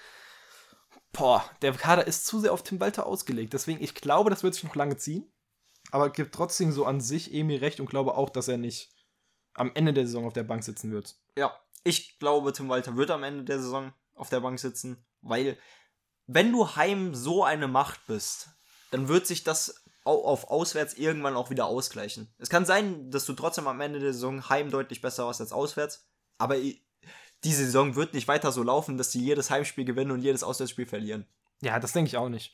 [SPEAKER 1] Der Kader ist zu sehr auf Tim Walter ausgelegt. Deswegen, ich glaube, das wird sich noch lange ziehen. Aber gibt trotzdem so an sich Emil recht und glaube auch, dass er nicht am Ende der Saison auf der Bank sitzen wird.
[SPEAKER 2] Ja, ich glaube, Tim Walter wird am Ende der Saison auf der Bank sitzen, weil wenn du heim so eine Macht bist, dann wird sich das auf auswärts irgendwann auch wieder ausgleichen. Es kann sein, dass du trotzdem am Ende der Saison heim deutlich besser warst als auswärts, aber diese Saison wird nicht weiter so laufen, dass die jedes Heimspiel gewinnen und jedes Auswärtsspiel verlieren.
[SPEAKER 1] Ja, das denke ich auch nicht.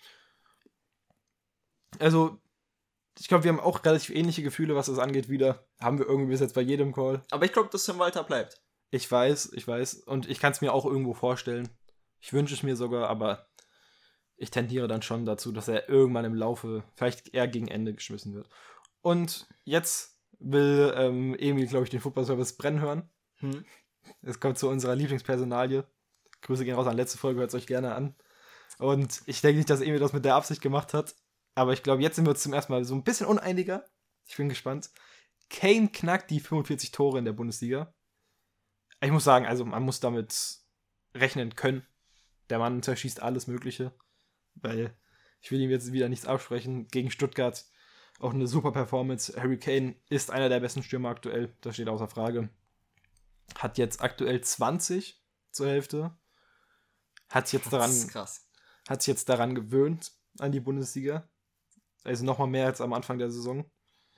[SPEAKER 1] Also, ich glaube, wir haben auch relativ ähnliche Gefühle, was das angeht, wieder. Haben wir irgendwie bis jetzt bei jedem Call.
[SPEAKER 2] Aber ich glaube, dass Tim Walter bleibt.
[SPEAKER 1] Ich weiß. Und ich kann es mir auch irgendwo vorstellen. Ich wünsche es mir sogar, aber ich tendiere dann schon dazu, dass er irgendwann im Laufe, vielleicht eher gegen Ende geschmissen wird. Und jetzt will Emil, glaube ich, den Football-Service brennen hören. Es kommt zu unserer Lieblingspersonalie. Grüße gehen raus an letzte Folge, hört es euch gerne an. Und ich denke nicht, dass Emil das mit der Absicht gemacht hat. Aber ich glaube, jetzt sind wir uns zum ersten Mal so ein bisschen uneiniger. Ich bin gespannt. Kane knackt die 45 Tore in der Bundesliga. Ich muss sagen, also man muss damit rechnen können. Der Mann zerschießt alles Mögliche. Weil ich will ihm jetzt wieder nichts absprechen. Gegen Stuttgart auch eine super Performance. Harry Kane ist einer der besten Stürmer aktuell. Das steht außer Frage. Hat jetzt aktuell 20 zur Hälfte. Hat sich jetzt daran gewöhnt, an die Bundesliga. Also nochmal mehr als am Anfang der Saison.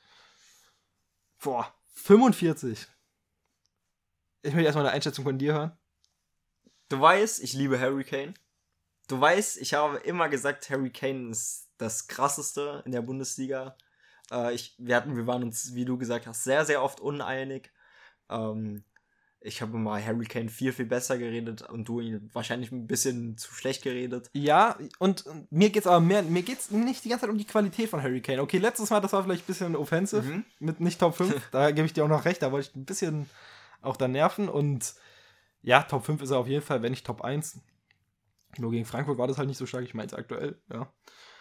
[SPEAKER 1] 45. Ich möchte erstmal eine Einschätzung von dir hören.
[SPEAKER 2] Du weißt, ich liebe Harry Kane. Du weißt, ich habe immer gesagt, Harry Kane ist das Krasseste in der Bundesliga. Wir waren uns, wie du gesagt hast, sehr, sehr oft uneinig. Ich habe mal Harry Kane viel, viel besser geredet und du ihn wahrscheinlich ein bisschen zu schlecht geredet.
[SPEAKER 1] Ja, und mir geht's nicht die ganze Zeit um die Qualität von Harry Kane. Okay, letztes Mal, das war vielleicht ein bisschen offensive, mit nicht Top 5, da gebe ich dir auch noch recht, da wollte ich ein bisschen auch da nerven und ja, Top 5 ist er auf jeden Fall, wenn nicht Top 1. Nur gegen Frankfurt war das halt nicht so stark, ich meine es aktuell, ja.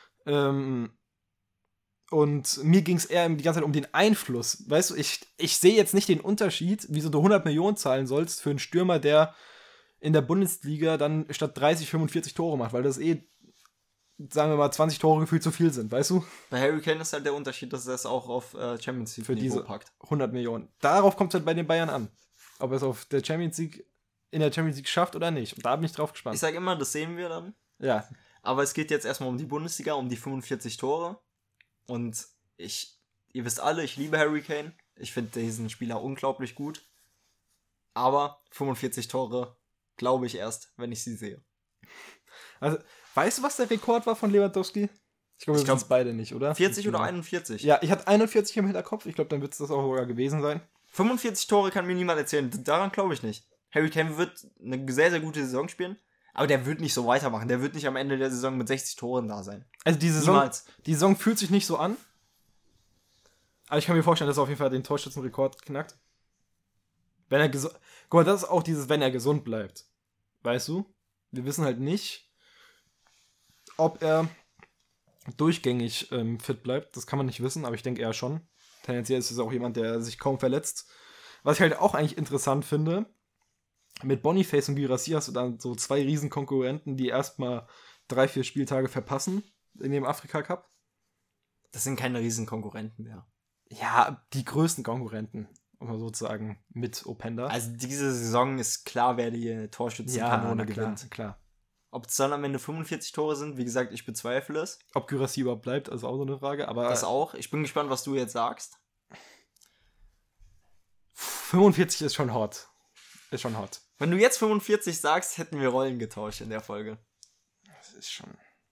[SPEAKER 1] Und mir ging es eher die ganze Zeit um den Einfluss. Weißt du, ich sehe jetzt nicht den Unterschied, wieso du 100 Millionen zahlen sollst für einen Stürmer, der in der Bundesliga dann statt 30, 45 Tore macht, weil das sagen wir mal, 20 Tore gefühlt zu viel sind, weißt du?
[SPEAKER 2] Bei Harry Kane ist halt der Unterschied, dass er es auch auf Champions League
[SPEAKER 1] für
[SPEAKER 2] Niveau
[SPEAKER 1] diese
[SPEAKER 2] packt.
[SPEAKER 1] 100 Millionen. Darauf kommt es halt bei den Bayern an. Ob er es in der Champions League schafft oder nicht. Und da bin ich drauf gespannt.
[SPEAKER 2] Ich sage immer, das sehen wir dann.
[SPEAKER 1] Ja.
[SPEAKER 2] Aber es geht jetzt erstmal um die Bundesliga, um die 45 Tore. Und ihr wisst alle, ich liebe Harry Kane. Ich finde diesen Spieler unglaublich gut. Aber 45 Tore glaube ich erst, wenn ich sie sehe.
[SPEAKER 1] Also, weißt du, was der Rekord war von Lewandowski? Ich glaube, wir wissen es beide nicht, oder?
[SPEAKER 2] 40 oder 41?
[SPEAKER 1] Ja, ich hatte 41 im Hinterkopf. Ich glaube, dann wird es das auch sogar gewesen sein.
[SPEAKER 2] 45 Tore kann mir niemand erzählen. Daran glaube ich nicht. Harry Kane wird eine sehr, sehr gute Saison spielen. Aber der wird nicht so weitermachen. Der wird nicht am Ende der Saison mit 60 Toren da sein. Also die Saison fühlt sich nicht so an. Aber ich kann mir vorstellen, dass er auf jeden Fall den Torschützenrekord knackt. Wenn er Guck mal, das ist auch wenn er gesund bleibt. Weißt du? Wir wissen halt nicht, ob er durchgängig fit bleibt. Das kann man nicht wissen, aber ich denke eher schon. Tendenziell ist es auch jemand, der sich kaum verletzt. Was ich halt auch eigentlich interessant finde, mit Boniface und Guirassy hast du dann so 2 Riesenkonkurrenten, die erstmal 3-4 Spieltage verpassen in dem Afrika-Cup. Das sind keine Riesenkonkurrenten mehr.
[SPEAKER 1] Ja, die größten Konkurrenten, um mal sozusagen, mit Openda.
[SPEAKER 2] Also diese Saison ist klar, wer die Torschützenkanone gewinnt.
[SPEAKER 1] Klar.
[SPEAKER 2] Ob es dann am Ende 45 Tore sind, wie gesagt, ich bezweifle es.
[SPEAKER 1] Ob Guirassy überhaupt bleibt, ist auch so eine Frage. Aber
[SPEAKER 2] Das auch. Ich bin gespannt, was du jetzt sagst.
[SPEAKER 1] 45 ist schon hot. Ist schon hot.
[SPEAKER 2] Wenn du jetzt 45 sagst, hätten wir Rollen getauscht in der Folge.
[SPEAKER 1] Das ist schon...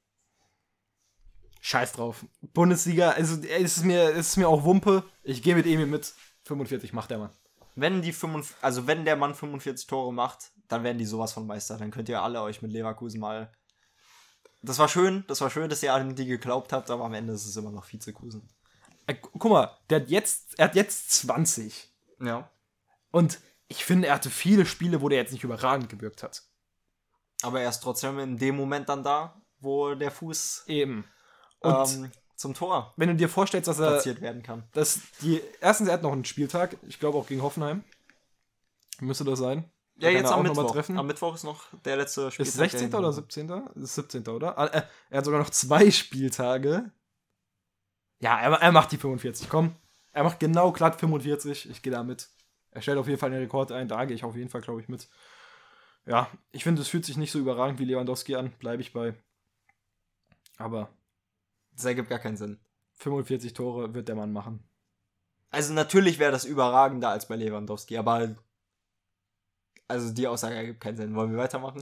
[SPEAKER 1] Scheiß drauf. Bundesliga, also es ist mir auch Wumpe. Ich gehe mit Emil mit. 45 macht der Mann.
[SPEAKER 2] Wenn der Mann 45 Tore macht, dann werden die sowas von Meister. Dann könnt ihr alle euch mit Leverkusen mal... Das war schön, dass ihr an die geglaubt habt, aber am Ende ist es immer noch Vizekusen.
[SPEAKER 1] Guck mal, er hat jetzt 20.
[SPEAKER 2] Ja.
[SPEAKER 1] Und ich finde, er hatte viele Spiele, wo der jetzt nicht überragend gewirkt hat.
[SPEAKER 2] Aber er ist trotzdem in dem Moment dann da, wo der Fuß
[SPEAKER 1] Eben. Und
[SPEAKER 2] zum Tor
[SPEAKER 1] wenn du dir vorstellst, dass er
[SPEAKER 2] platziert werden kann.
[SPEAKER 1] Erstens, er hat noch einen Spieltag, ich glaube auch gegen Hoffenheim. Müsste das sein.
[SPEAKER 2] Ja,
[SPEAKER 1] Kann
[SPEAKER 2] jetzt
[SPEAKER 1] er
[SPEAKER 2] am
[SPEAKER 1] auch noch mal
[SPEAKER 2] Mittwoch.
[SPEAKER 1] treffen.
[SPEAKER 2] Am Mittwoch ist noch der letzte Spieltag.
[SPEAKER 1] Ist 16. oder 17.? Ist 17. oder? Er hat sogar noch 2 Spieltage. Ja, er macht die 45. Komm, er macht genau glatt 45. Ich gehe da mit. Er stellt auf jeden Fall den Rekord ein. Da gehe ich auf jeden Fall, glaube ich, mit. Ja, ich finde, es fühlt sich nicht so überragend wie Lewandowski an. Bleibe ich bei. Aber
[SPEAKER 2] Das ergibt gar keinen Sinn.
[SPEAKER 1] 45 Tore wird der Mann machen.
[SPEAKER 2] Also natürlich wäre das überragender als bei Lewandowski, aber also die Aussage ergibt keinen Sinn. Wollen wir weitermachen?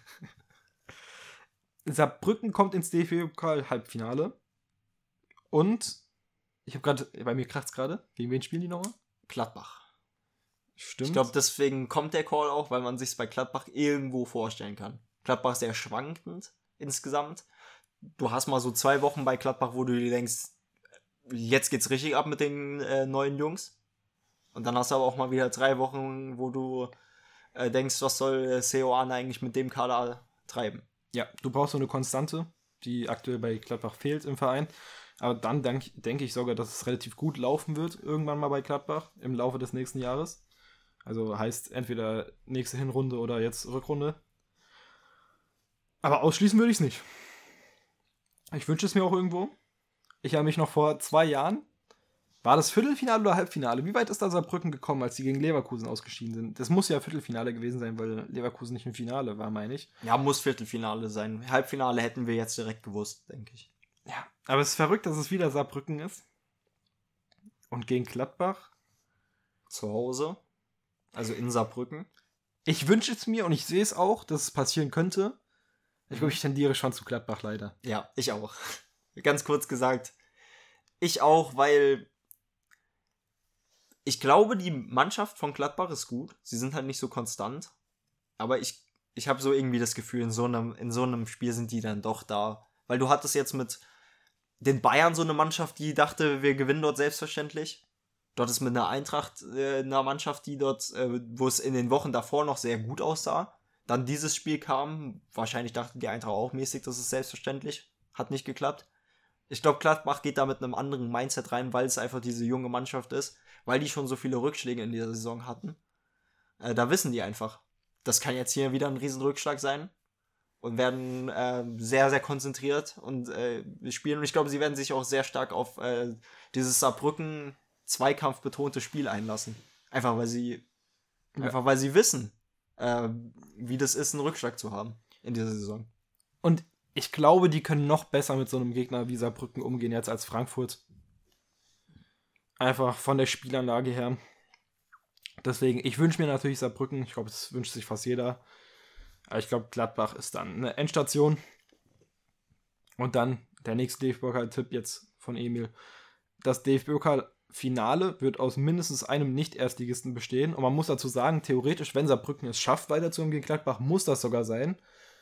[SPEAKER 1] Saarbrücken kommt ins DFB-Pokal-Halbfinale. Und ich habe gerade, bei mir kracht's gerade. Gegen wen spielen die nochmal?
[SPEAKER 2] Gladbach.
[SPEAKER 1] Stimmt.
[SPEAKER 2] Ich glaube, deswegen kommt der Call auch, weil man sich bei Gladbach irgendwo vorstellen kann. Gladbach ist sehr schwankend insgesamt. Du hast mal so 2 Wochen bei Gladbach, wo du dir denkst, jetzt geht's richtig ab mit den neuen Jungs. Und dann hast du aber auch mal wieder 3 Wochen, wo du denkst, was soll Seoane eigentlich mit dem Kader treiben.
[SPEAKER 1] Ja, du brauchst so eine Konstante, die aktuell bei Gladbach fehlt im Verein. Aber dann denke ich sogar, dass es relativ gut laufen wird, irgendwann mal bei Gladbach im Laufe des nächsten Jahres. Also heißt entweder nächste Hinrunde oder jetzt Rückrunde. Aber ausschließen würde ich es nicht. Ich wünsche es mir auch irgendwo. Ich habe mich noch vor 2 Jahren, war das Viertelfinale oder Halbfinale? Wie weit ist da Saarbrücken gekommen, als die gegen Leverkusen ausgeschieden sind? Das muss ja Viertelfinale gewesen sein, weil Leverkusen nicht im Finale war, meine ich.
[SPEAKER 2] Ja, muss Viertelfinale sein. Halbfinale hätten wir jetzt direkt gewusst, denke ich.
[SPEAKER 1] Ja, aber es ist verrückt, dass es wieder Saarbrücken ist. Und gegen Gladbach.
[SPEAKER 2] Zu Hause. Also in Saarbrücken.
[SPEAKER 1] Ich wünsche es mir und ich sehe es auch, dass es passieren könnte. Ich glaube, ich tendiere schon zu Gladbach leider.
[SPEAKER 2] Ja, ich auch. Ganz kurz gesagt. Ich auch, weil ich glaube, die Mannschaft von Gladbach ist gut. Sie sind halt nicht so konstant. Aber ich habe so irgendwie das Gefühl, in so einem Spiel sind die dann doch da. Weil du hattest jetzt mit den Bayern so eine Mannschaft, die dachte, wir gewinnen dort selbstverständlich. Dort ist mit einer Eintracht eine Mannschaft, die dort, wo es in den Wochen davor noch sehr gut aussah. Dann dieses Spiel kam, wahrscheinlich dachte die Eintracht auch mäßig, das ist selbstverständlich. Hat nicht geklappt. Ich glaube, Gladbach geht da mit einem anderen Mindset rein, weil es einfach diese junge Mannschaft ist, weil die schon so viele Rückschläge in dieser Saison hatten. Da wissen die einfach, das kann jetzt hier wieder ein Riesenrückschlag sein und werden sehr, sehr konzentriert und spielen. Und ich glaube, sie werden sich auch sehr stark auf dieses Saarbrücken Zweikampf betonte Spiel einlassen. Einfach weil sie wissen, wie das ist, einen Rückschlag zu haben in dieser Saison.
[SPEAKER 1] Und ich glaube, die können noch besser mit so einem Gegner wie Saarbrücken umgehen jetzt als Frankfurt. Einfach von der Spielanlage her. Deswegen, ich wünsche mir natürlich Saarbrücken. Ich glaube, das wünscht sich fast jeder. Aber ich glaube, Gladbach ist dann eine Endstation. Und dann der nächste DFB-Pokal-Tipp jetzt von Emil. Das DFB-Pokal-Finale wird aus mindestens einem Nicht-Erstligisten bestehen. Und man muss dazu sagen, theoretisch, wenn Saarbrücken es schafft, weiterzukommen gegen Gladbach, muss das sogar sein.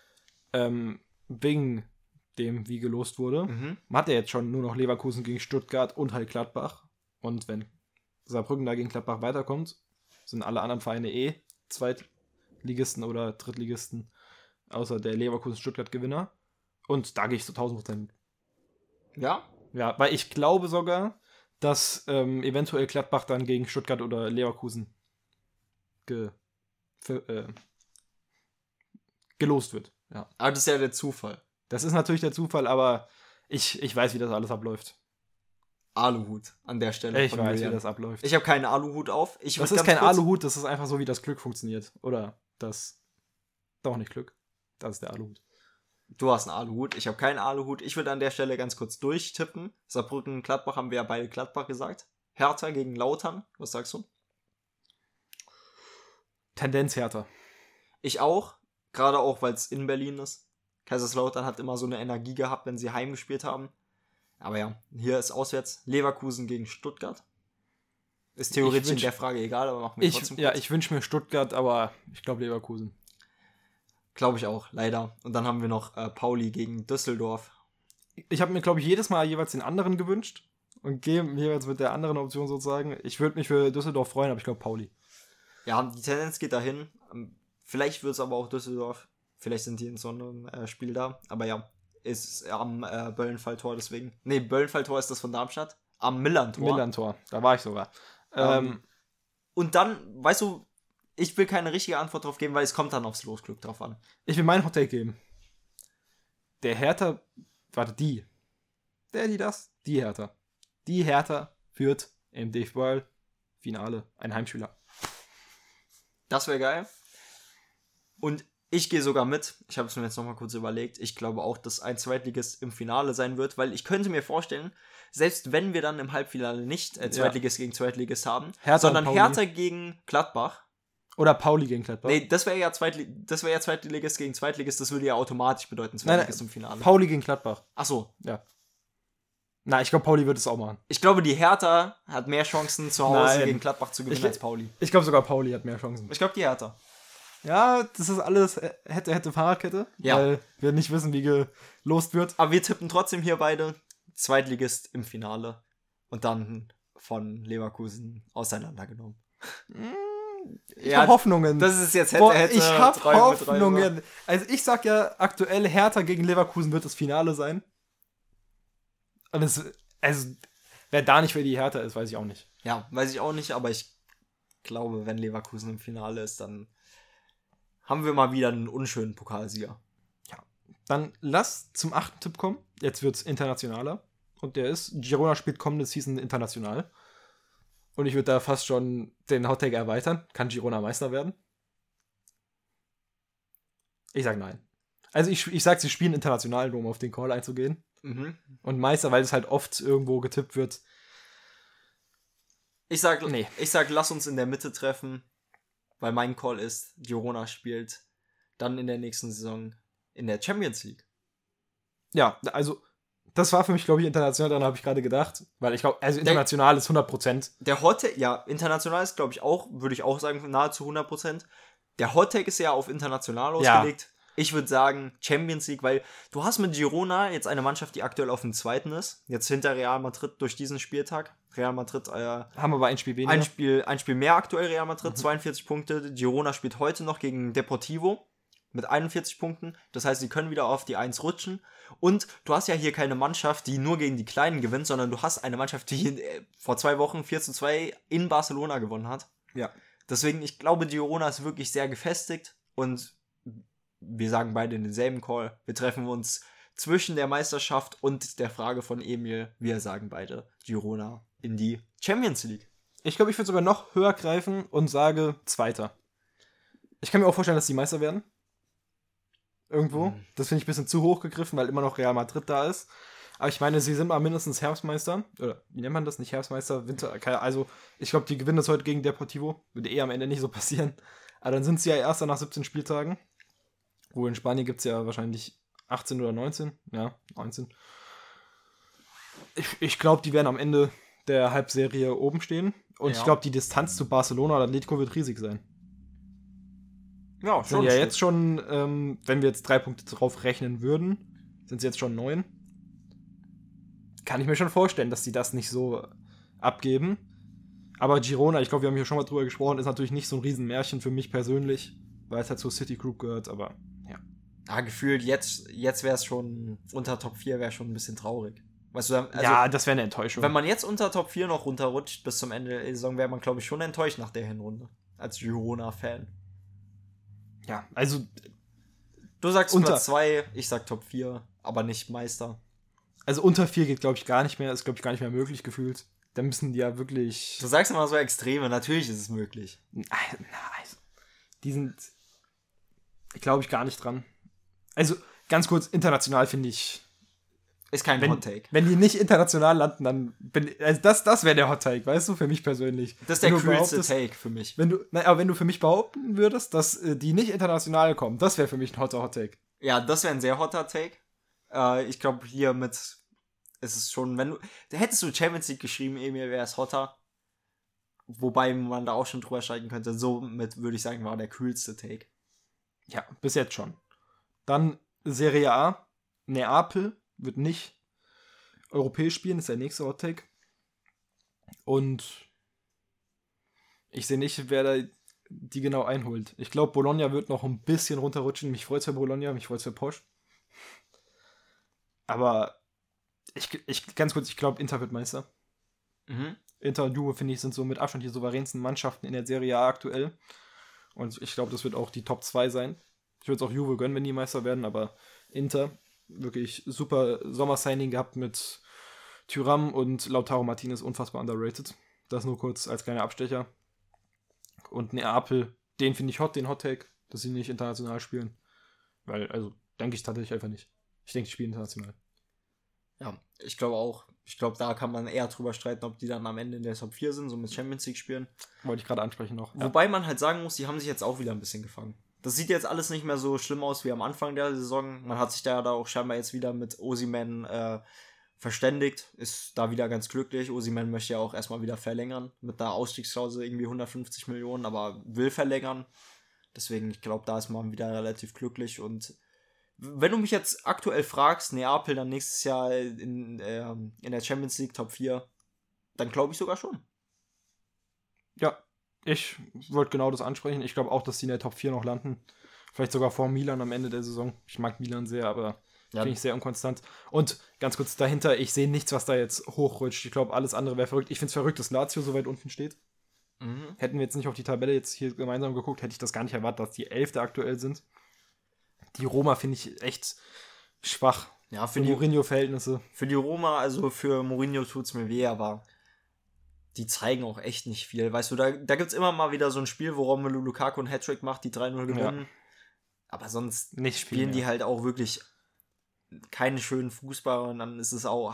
[SPEAKER 1] Wegen dem, wie gelost wurde. Man hat ja jetzt schon nur noch Leverkusen gegen Stuttgart und halt Gladbach. Und wenn Saarbrücken da gegen Gladbach weiterkommt, sind alle anderen Vereine Zweitligisten oder Drittligisten, außer der Leverkusen-Stuttgart-Gewinner. Und da gehe ich zu 1000% mit.
[SPEAKER 2] Ja?
[SPEAKER 1] Ja, weil ich glaube sogar, dass eventuell Gladbach dann gegen Stuttgart oder Leverkusen gelost wird. Ja.
[SPEAKER 2] Aber das ist ja der Zufall.
[SPEAKER 1] Das ist natürlich der Zufall, aber ich weiß, wie das alles abläuft.
[SPEAKER 2] Aluhut an der Stelle.
[SPEAKER 1] Ich weiß, wie das abläuft.
[SPEAKER 2] Ich habe keinen Aluhut auf.
[SPEAKER 1] Das ist kein Aluhut, das ist einfach so, wie das Glück funktioniert. Oder das... Doch nicht Glück. Das ist der Aluhut.
[SPEAKER 2] Du hast einen Aluhut, ich habe keinen Aluhut. Ich würde an der Stelle ganz kurz durchtippen. Saarbrücken, Gladbach haben wir ja beide Gladbach gesagt. Hertha gegen Lautern, was sagst du?
[SPEAKER 1] Tendenz härter.
[SPEAKER 2] Ich auch, gerade auch, weil es in Berlin ist. Kaiserslautern hat immer so eine Energie gehabt, wenn sie heimgespielt haben. Aber ja, hier ist auswärts Leverkusen gegen Stuttgart. Ist theoretisch in der Frage egal, aber machen wir trotzdem kurz.
[SPEAKER 1] Ich wünsche mir Stuttgart, aber ich glaube Leverkusen.
[SPEAKER 2] Glaube ich auch, leider. Und dann haben wir noch Pauli gegen Düsseldorf.
[SPEAKER 1] Ich habe mir, glaube ich, jedes Mal jeweils den anderen gewünscht und gehe jeweils mit der anderen Option sozusagen. Ich würde mich für Düsseldorf freuen, aber ich glaube Pauli.
[SPEAKER 2] Ja, die Tendenz geht dahin. Vielleicht wird es aber auch Düsseldorf. Vielleicht sind die in so einem Spiel da. Aber ja, ist am Böllenfalltor deswegen. Nee, Böllenfalltor ist das von Darmstadt. Am Millern-Tor.
[SPEAKER 1] Millern-Tor, da war ich sogar.
[SPEAKER 2] Und dann, weißt du, ich will keine richtige Antwort drauf geben, weil es kommt dann aufs Losglück drauf an.
[SPEAKER 1] Ich will meinen Hottake geben. Der Hertha, die Hertha. Die Hertha führt im DFB-Finale ein Heimspieler.
[SPEAKER 2] Das wäre geil. Und ich gehe sogar mit. Ich habe es mir jetzt nochmal kurz überlegt. Ich glaube auch, dass ein Zweitligist im Finale sein wird, weil ich könnte mir vorstellen, selbst wenn wir dann im Halbfinale nicht Zweitligist gegen Zweitligist haben, sondern Hertha gegen Gladbach.
[SPEAKER 1] Oder Pauli gegen Gladbach.
[SPEAKER 2] Nee, das wäre ja Zweitligist gegen Zweitligist. Das würde ja automatisch bedeuten, Zweitligist im Finale.
[SPEAKER 1] Pauli gegen Gladbach.
[SPEAKER 2] Ach so.
[SPEAKER 1] Ja. Na, ich glaube, Pauli wird es auch machen.
[SPEAKER 2] Ich glaube, die Hertha hat mehr Chancen zu Hause gegen Gladbach zu gewinnen als Pauli.
[SPEAKER 1] Ich glaube sogar Pauli hat mehr Chancen.
[SPEAKER 2] Ich glaube, die Hertha.
[SPEAKER 1] Ja, das ist alles hätte Fahrradkette, weil wir nicht wissen, wie gelost wird.
[SPEAKER 2] Aber wir tippen trotzdem hier beide Zweitligist im Finale und dann von Leverkusen auseinandergenommen.
[SPEAKER 1] Ich habe Hoffnungen.
[SPEAKER 2] Das ist jetzt
[SPEAKER 1] ich habe Hoffnungen. Also ich sag ja, aktuell Hertha gegen Leverkusen wird das Finale sein. Und wer da nicht für die Hertha ist, weiß ich auch nicht.
[SPEAKER 2] Ja, weiß ich auch nicht, aber ich glaube, wenn Leverkusen im Finale ist, dann haben wir mal wieder einen unschönen Pokalsieger.
[SPEAKER 1] Ja. Dann lass zum 8. Tipp kommen. Jetzt wird's internationaler. Und der ist, Girona spielt kommende Season international. Und ich würde da fast schon den Hottake erweitern. Kann Girona Meister werden? Ich sag nein. Also ich sag, sie spielen international, nur um auf den Call einzugehen.
[SPEAKER 2] Mhm.
[SPEAKER 1] Und Meister, weil es halt oft irgendwo getippt wird.
[SPEAKER 2] Ich sag, lass uns in der Mitte treffen. Weil mein Call ist, Girona spielt dann in der nächsten Saison in der Champions League.
[SPEAKER 1] Ja, also das war für mich, glaube ich, international, daran habe ich gerade gedacht. Weil ich glaube, also international ist 100%.
[SPEAKER 2] Der Hottake, ja, international ist, glaube ich, auch, würde ich auch sagen, nahezu 100%. Der Hottake ist ja auf international ausgelegt. Ja. Ich würde sagen Champions League, weil du hast mit Girona jetzt eine Mannschaft, die aktuell auf dem 2. ist. Jetzt hinter Real Madrid durch diesen Spieltag. Real Madrid
[SPEAKER 1] haben aber ein Spiel weniger.
[SPEAKER 2] Ein Spiel mehr aktuell, Real Madrid, 42 Punkte. Girona spielt heute noch gegen Deportivo mit 41 Punkten. Das heißt, sie können wieder auf die 1 rutschen. Und du hast ja hier keine Mannschaft, die nur gegen die Kleinen gewinnt, sondern du hast eine Mannschaft, die vor 2 Wochen 4-2 in Barcelona gewonnen hat.
[SPEAKER 1] Ja.
[SPEAKER 2] Deswegen, ich glaube, Girona ist wirklich sehr gefestigt und wir sagen beide denselben Call. Wir treffen uns zwischen der Meisterschaft und der Frage von Emil. Wir sagen beide Girona in die Champions League.
[SPEAKER 1] Ich glaube, ich würde sogar noch höher greifen und sage 2. Ich kann mir auch vorstellen, dass die Meister werden. Irgendwo. Das finde ich ein bisschen zu hoch gegriffen, weil immer noch Real Madrid da ist. Aber ich meine, sie sind mal mindestens Herbstmeister. Oder wie nennt man das? Nicht Herbstmeister, Winter. Also, ich glaube, die gewinnen das heute gegen Deportivo. Würde am Ende nicht so passieren. Aber dann sind sie ja Erster nach 17 Spieltagen. Wo in Spanien gibt es ja wahrscheinlich 18 oder 19. Ja, 19. Ich glaube, die werden am Ende der Halbserie oben stehen. Und ich glaube, die Distanz zu Barcelona oder Atletico wird riesig sein. Ja, schon. Sind ja jetzt schon, wenn wir jetzt 3 Punkte drauf rechnen würden, sind es jetzt schon 9. Kann ich mir schon vorstellen, dass die das nicht so abgeben. Aber Girona, ich glaube, wir haben hier schon mal drüber gesprochen, ist natürlich nicht so ein Riesenmärchen für mich persönlich, weil es halt zur City Group gehört, aber ja.
[SPEAKER 2] Ja, gefühlt, jetzt wäre es schon, unter Top 4 wäre schon ein bisschen traurig. Weißt du, also,
[SPEAKER 1] ja, das wäre eine Enttäuschung.
[SPEAKER 2] Wenn man jetzt unter Top 4 noch runterrutscht bis zum Ende der Saison, wäre man, glaube ich, schon enttäuscht nach der Hinrunde. Als Girona-Fan.
[SPEAKER 1] Ja, also
[SPEAKER 2] du sagst Platz 2, ich sag Top 4, aber nicht Meister. Also
[SPEAKER 1] unter 4 geht, glaube ich, gar nicht mehr. Ist, glaube ich, gar nicht mehr möglich gefühlt. Da müssen die ja wirklich...
[SPEAKER 2] Du sagst immer so Extreme, natürlich ist es möglich.
[SPEAKER 1] Also, die sind, glaube ich, gar nicht dran. Also, ganz kurz, international finde ich,
[SPEAKER 2] Ist kein Hot Take.
[SPEAKER 1] wenn die nicht international landen, dann also das wäre der Hot Take, weißt du, für mich persönlich.
[SPEAKER 2] Das ist der coolste Take für mich.
[SPEAKER 1] Aber wenn du für mich behaupten würdest, dass die nicht international kommen, das wäre für mich ein Hot Take.
[SPEAKER 2] Ja, das wäre ein sehr hotter Take. Ich glaube, hiermit ist es schon, hättest du Champions League geschrieben, Emil, wäre es hotter. Wobei man da auch schon drüber streiten könnte. Somit würde ich sagen, war der coolste Take.
[SPEAKER 1] Ja, bis jetzt schon. Dann Serie A. Neapel wird nicht europäisch spielen, ist der nächste Hot Take. Und ich sehe nicht, wer da die genau einholt. Ich glaube, Bologna wird noch ein bisschen runterrutschen. Mich freut es für Bologna, mich freut es für Posch. Aber ganz kurz, ich glaube, Inter wird Meister.
[SPEAKER 2] Mhm.
[SPEAKER 1] Inter und Juve, finde ich, sind so mit Abstand die souveränsten Mannschaften in der Serie A aktuell. Und ich glaube, das wird auch die Top 2 sein. Ich würde es auch Juve gönnen, wenn die Meister werden, aber Inter, wirklich super Sommer-Signing gehabt mit Thuram und Lautaro Martinez, unfassbar underrated. Das nur kurz als kleiner Abstecher. Und Neapel, den finde ich den Hot Take, dass sie nicht international spielen. Weil, also, denke ich tatsächlich einfach nicht. Ich denke, die spielen international.
[SPEAKER 2] Ja, ich glaube auch. Ich glaube, da kann man eher drüber streiten, ob die dann am Ende in der Top 4 sind, so mit Champions League spielen.
[SPEAKER 1] Wollte ich gerade ansprechen noch.
[SPEAKER 2] Wobei man halt sagen muss, die haben sich jetzt auch wieder ein bisschen gefangen. Das sieht jetzt alles nicht mehr so schlimm aus wie am Anfang der Saison. Man hat sich da auch scheinbar jetzt wieder mit Osimhen verständigt. Ist da wieder ganz glücklich. Osimhen möchte ja auch erstmal wieder verlängern. Mit einer Ausstiegsklausel irgendwie 150 Millionen, aber will verlängern. Deswegen, ich glaube, da ist man wieder relativ glücklich. Und wenn du mich jetzt aktuell fragst, Neapel dann nächstes Jahr in der Champions League Top 4, dann glaube ich sogar schon.
[SPEAKER 1] Ja, ich wollte genau das ansprechen. Ich glaube auch, dass die in der Top 4 noch landen. Vielleicht sogar vor Milan am Ende der Saison. Ich mag Milan sehr, aber finde ich sehr unkonstant. Und ganz kurz dahinter, ich sehe nichts, was da jetzt hochrutscht. Ich glaube, alles andere wäre verrückt. Ich finde es verrückt, dass Lazio so weit unten steht. Mhm. Hätten wir jetzt nicht auf die Tabelle jetzt hier gemeinsam geguckt, hätte ich das gar nicht erwartet, dass die 11. aktuell sind. Die Roma finde ich echt schwach.
[SPEAKER 2] Ja, für
[SPEAKER 1] die Mourinho-Verhältnisse.
[SPEAKER 2] Für die Roma, also für Mourinho tut es mir weh, aber die zeigen auch echt nicht viel. Weißt du, da gibt es immer mal wieder so ein Spiel, wo Romelu Lukaku einen Hattrick macht, die 3-0 gewinnen. Ja. Aber sonst
[SPEAKER 1] nicht
[SPEAKER 2] spielen die halt auch wirklich keinen schönen Fußball und dann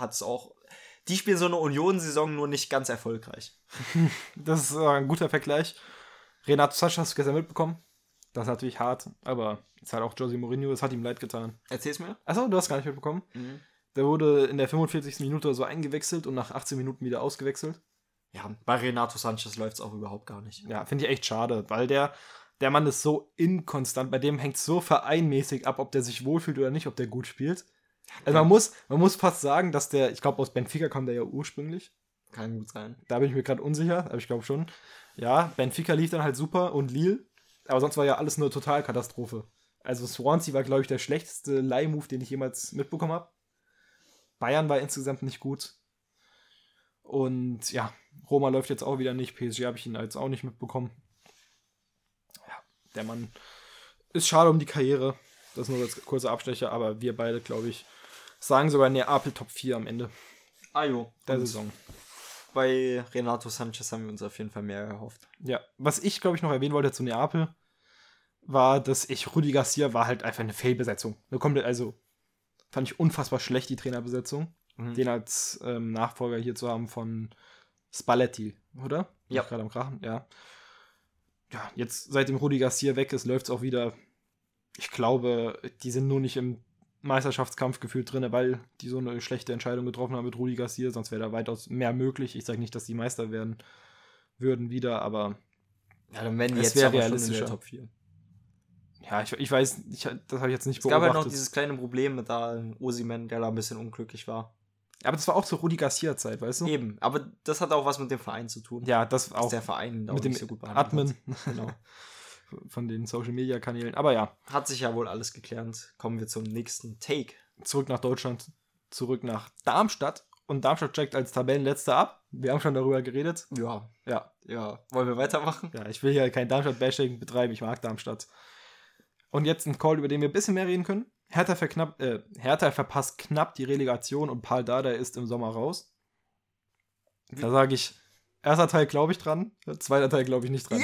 [SPEAKER 2] die spielen so eine Union-Saison nur nicht ganz erfolgreich.
[SPEAKER 1] Das ist ein guter Vergleich. Renato Sanches hast du gestern mitbekommen. Das ist natürlich hart, aber jetzt halt auch Jose Mourinho, das hat ihm leid getan.
[SPEAKER 2] Erzähl's mir.
[SPEAKER 1] Achso, du hast gar nicht mitbekommen. Mhm. Der wurde in der 45. Minute so eingewechselt und nach 18 Minuten wieder ausgewechselt.
[SPEAKER 2] Ja, bei Renato Sanches läuft's auch überhaupt gar nicht.
[SPEAKER 1] Ja, finde ich echt schade, weil der Mann ist so inkonstant, bei dem hängt so vereinmäßig ab, ob der sich wohlfühlt oder nicht, ob der gut spielt. Also man muss fast sagen, dass ich glaube aus Benfica kam der ja ursprünglich.
[SPEAKER 2] Kann gut sein.
[SPEAKER 1] Da bin ich mir gerade unsicher, aber ich glaube schon. Ja, Benfica lief dann halt super und Lille. Aber sonst war ja alles eine Totalkatastrophe. Also Swansea war, glaube ich, der schlechteste Leihmove, den ich jemals mitbekommen habe. Bayern war insgesamt nicht gut. Und ja, Roma läuft jetzt auch wieder nicht. PSG habe ich ihn jetzt auch nicht mitbekommen. Ja, der Mann ist schade um die Karriere. Das ist nur als kurzer Abstecher, aber wir beide, glaube ich, sagen sogar Neapel Top 4 am Ende der Saison.
[SPEAKER 2] Bei Renato Sanches haben wir uns auf jeden Fall mehr erhofft.
[SPEAKER 1] Ja, was ich, glaube ich, noch erwähnen wollte zu Neapel, war, dass Rudi Garcia war halt einfach eine Fehlbesetzung. Also fand ich unfassbar schlecht, die Trainerbesetzung. Mhm. Den als Nachfolger hier zu haben von Spalletti, oder?
[SPEAKER 2] Ja.
[SPEAKER 1] Gerade am Krachen, ja. Ja, jetzt, seitdem Rudi Garcia weg ist, läuft es auch wieder. Ich glaube, die sind nur nicht im Meisterschaftskampf gefühlt drin, weil die so eine schlechte Entscheidung getroffen haben mit Rudi Garcia, sonst wäre da weitaus mehr möglich. Ich sage nicht, dass die Meister werden würden wieder, aber
[SPEAKER 2] ja, dann werden die
[SPEAKER 1] jetzt
[SPEAKER 2] aber schon in der Top 4.
[SPEAKER 1] Ja, ich weiß, das habe ich jetzt nicht
[SPEAKER 2] beobachtet. Es gab halt noch dieses kleine Problem mit Osimhen, der da ein bisschen unglücklich war.
[SPEAKER 1] Aber das war auch zur Rudi Garcia-Zeit, weißt du?
[SPEAKER 2] Eben, aber das hat auch was mit dem Verein zu tun.
[SPEAKER 1] Ja, das auch.
[SPEAKER 2] Dass der Verein da
[SPEAKER 1] mit dem
[SPEAKER 2] nicht so gut behandelt
[SPEAKER 1] Admin. Genau. Von den Social-Media-Kanälen. Aber ja.
[SPEAKER 2] Hat sich ja wohl alles geklärt. Kommen wir zum nächsten Take.
[SPEAKER 1] Zurück nach Deutschland, zurück nach Darmstadt. Und Darmstadt checkt als Tabellenletzter ab. Wir haben schon darüber geredet.
[SPEAKER 2] Ja. Wollen wir weitermachen?
[SPEAKER 1] Ja, ich will hier kein Darmstadt-Bashing betreiben. Ich mag Darmstadt. Und jetzt ein Call, über den wir ein bisschen mehr reden können. Hertha verpasst knapp die Relegation und Paul Dardai ist im Sommer raus. Da sage ich, erster Teil glaube ich dran, zweiter Teil glaube ich nicht dran.
[SPEAKER 2] Ja,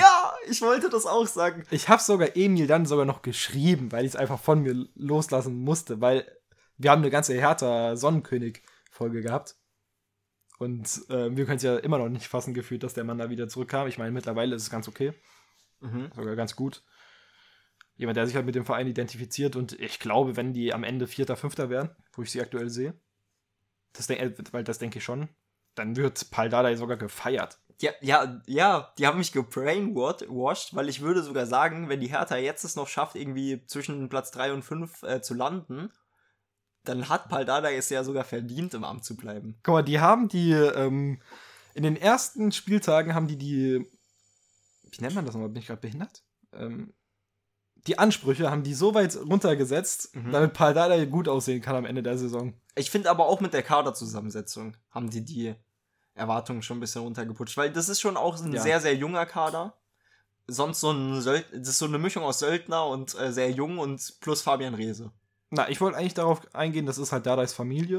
[SPEAKER 2] ich wollte das auch sagen.
[SPEAKER 1] Ich habe sogar Emil dann sogar noch geschrieben, weil ich es einfach von mir loslassen musste, weil wir haben eine ganze Hertha-Sonnenkönig-Folge gehabt. Und wir können es ja immer noch nicht fassen gefühlt, dass der Mann da wieder zurückkam. Ich meine, mittlerweile ist es ganz okay. Sogar ganz gut. Jemand, der sich halt mit dem Verein identifiziert. Und ich glaube, wenn die am Ende Vierter, Fünfter wären, wo ich sie aktuell sehe, weil das denke ich schon, dann wird Pal Dardai sogar gefeiert.
[SPEAKER 2] Ja, die haben mich gebrainwashed, weil ich würde sogar sagen, wenn die Hertha jetzt es noch schafft, irgendwie zwischen Platz 3 und 5 zu landen, dann hat Pal Dardai es ja sogar verdient, im Amt zu bleiben.
[SPEAKER 1] Guck mal, die haben in den ersten Spieltagen haben die, wie nennt man das nochmal, bin ich gerade behindert? Die Ansprüche haben die so weit runtergesetzt, damit Pal Dardai gut aussehen kann am Ende der Saison.
[SPEAKER 2] Ich finde aber auch mit der Kaderzusammensetzung haben die Erwartungen schon ein bisschen runtergeputscht, weil das ist schon auch ein sehr, sehr junger Kader. Sonst das ist so eine Mischung aus Söldner und sehr jung und plus Fabian Reese.
[SPEAKER 1] Na, ich wollte eigentlich darauf eingehen, das ist halt Dardais Familie.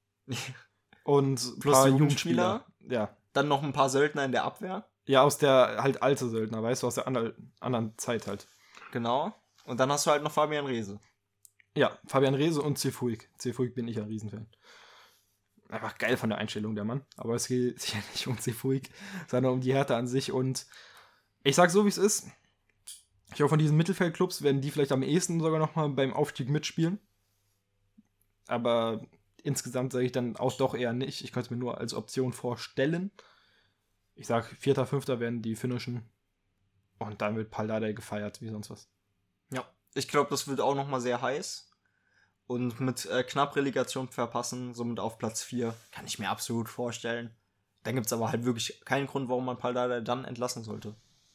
[SPEAKER 1] Und
[SPEAKER 2] plus
[SPEAKER 1] paar
[SPEAKER 2] Jugendspieler.
[SPEAKER 1] Ja.
[SPEAKER 2] Dann noch ein paar Söldner in der Abwehr.
[SPEAKER 1] Ja, aus der halt alte Söldner, weißt du, aus der anderen Zeit halt.
[SPEAKER 2] Genau. Und dann hast du halt noch Fabian Reese.
[SPEAKER 1] Ja, Fabian Reese und Cefuig. Cefuig bin ich ein Riesenfan. Einfach geil von der Einstellung, der Mann. Aber es geht sicher nicht um Cefuig, sondern um die Hertha an sich. Und ich sag so, wie es ist. Ich glaube, von diesen Mittelfeldclubs werden die vielleicht am ehesten sogar nochmal beim Aufstieg mitspielen. Aber insgesamt sage ich dann auch doch eher nicht. Ich könnte es mir nur als Option vorstellen. Ich sag, 4., 5. werden die finnischen. Und dann wird Pal Dardai gefeiert, wie sonst was.
[SPEAKER 2] Ja, ich glaube, das wird auch nochmal sehr heiß. Und mit knapp Relegation verpassen, somit auf Platz 4, kann ich mir absolut vorstellen. Dann gibt es aber halt wirklich keinen Grund, warum man Pal Dardai dann entlassen sollte.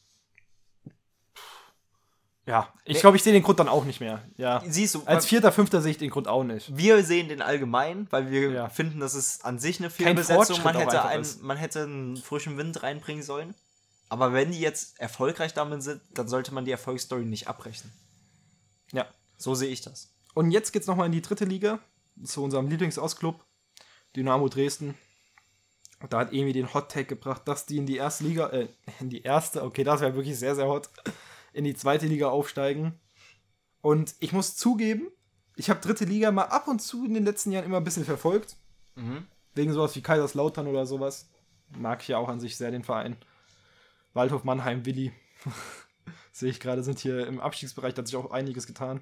[SPEAKER 1] Ja, ich glaube, ich sehe den Grund dann auch nicht mehr. Ja.
[SPEAKER 2] Siehst du,
[SPEAKER 1] als 4., 5. sehe ich den Grund auch nicht.
[SPEAKER 2] Wir sehen den allgemein, weil wir finden, das ist an sich eine Fehlbesetzung. Man hätte einen frischen Wind reinbringen sollen. Aber wenn die jetzt erfolgreich damit sind, dann sollte man die Erfolgsstory nicht abbrechen.
[SPEAKER 1] Ja.
[SPEAKER 2] So sehe ich das.
[SPEAKER 1] Und jetzt geht's nochmal in die 3. Liga, zu unserem Lieblingsostclub, Dynamo Dresden. Und da hat Emi den Hot-Take gebracht, dass die in die erste Liga, okay, das wäre wirklich sehr, sehr hot, in die 2. Liga aufsteigen. Und ich muss zugeben, ich habe 3. Liga mal ab und zu in den letzten Jahren immer ein bisschen verfolgt. Wegen sowas wie Kaiserslautern oder sowas. Mag ich ja auch an sich sehr den Verein. Waldhof Mannheim, Willi. Sehe ich gerade, sind hier im Abstiegsbereich, da hat sich auch einiges getan.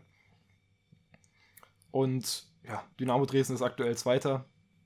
[SPEAKER 1] Und ja, Dynamo Dresden ist aktuell 2.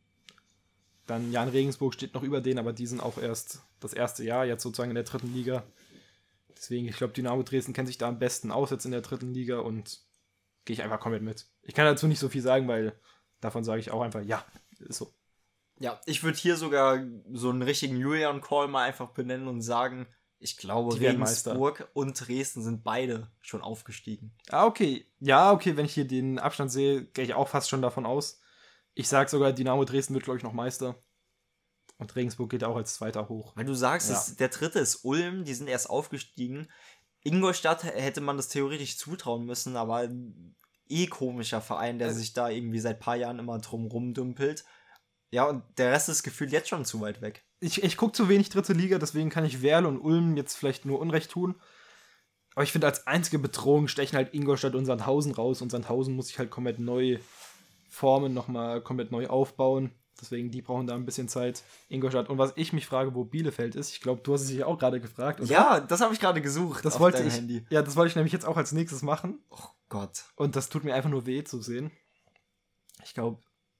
[SPEAKER 1] Dann Jan Regensburg steht noch über denen, aber die sind auch erst das erste Jahr, jetzt sozusagen in der 3. Liga. Deswegen, ich glaube, Dynamo Dresden kennt sich da am besten aus jetzt in der 3. Liga und gehe ich einfach komplett mit. Ich kann dazu nicht so viel sagen, weil davon sage ich auch einfach, ja, ist so.
[SPEAKER 2] Ja, ich würde hier sogar so einen richtigen Julian-Call mal einfach benennen und sagen, ich glaube, Regensburg und Dresden sind beide schon aufgestiegen.
[SPEAKER 1] Okay. Ja, okay, wenn ich hier den Abstand sehe, gehe ich auch fast schon davon aus. Ich sage sogar, Dynamo Dresden wird, glaube ich, noch Meister. Und Regensburg geht auch als 2. hoch.
[SPEAKER 2] Weil du sagst, der 3. ist Ulm, die sind erst aufgestiegen. Ingolstadt hätte man das theoretisch zutrauen müssen, aber komischer Verein, der sich da irgendwie seit ein paar Jahren immer drum rumdümpelt. Ja, und der Rest ist gefühlt jetzt schon zu weit weg.
[SPEAKER 1] Ich gucke zu wenig 3. Liga, deswegen kann ich Werl und Ulm jetzt vielleicht nur Unrecht tun. Aber ich finde, als einzige Bedrohung stechen halt Ingolstadt und Sandhausen raus. Und Sandhausen muss sich halt komplett neu formen, nochmal komplett neu aufbauen. Deswegen, die brauchen da ein bisschen Zeit. Ingolstadt. Und was ich mich frage, wo Bielefeld ist, ich glaube, du hast es dich auch gerade gefragt. Oder?
[SPEAKER 2] Ja, das habe ich gerade gesucht.
[SPEAKER 1] Das wollte ich. Handy. Ja, das wollte ich nämlich jetzt auch als nächstes machen.
[SPEAKER 2] Oh Gott.
[SPEAKER 1] Und das tut mir einfach nur weh zu sehen. Ich glaube,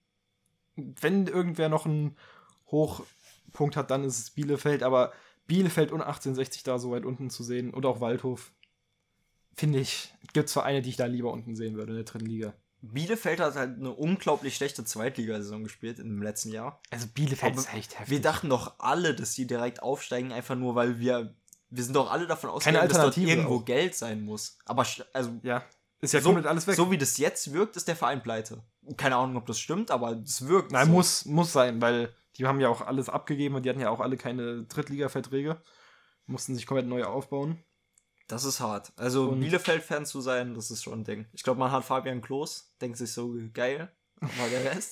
[SPEAKER 1] wenn irgendwer noch einen Hochpunkt hat, dann ist es Bielefeld. Aber Bielefeld und 1860 da so weit unten zu sehen oder auch Waldhof, finde ich, gibt es Vereine, die ich da lieber unten sehen würde in der 3. Liga.
[SPEAKER 2] Bielefeld hat halt eine unglaublich schlechte Zweitligasaison gespielt im letzten Jahr.
[SPEAKER 1] Also Bielefeld ist echt heftig.
[SPEAKER 2] Wir dachten doch alle, dass die direkt aufsteigen, einfach nur, weil wir sind doch alle davon ausgegangen, dass dort irgendwo Geld sein muss. Aber
[SPEAKER 1] ja, ist ja komplett alles weg.
[SPEAKER 2] So wie das jetzt wirkt, ist der Verein pleite. Keine Ahnung, ob das stimmt, aber es wirkt.
[SPEAKER 1] Nein, so. muss sein, weil die haben ja auch alles abgegeben und die hatten ja auch alle keine Drittliga-Verträge. Mussten sich komplett neu aufbauen.
[SPEAKER 2] Das ist hart. Also Bielefeld-Fan zu sein, das ist schon ein Ding. Ich glaube, man hat Fabian Klos, denkt sich so, geil, aber der Rest.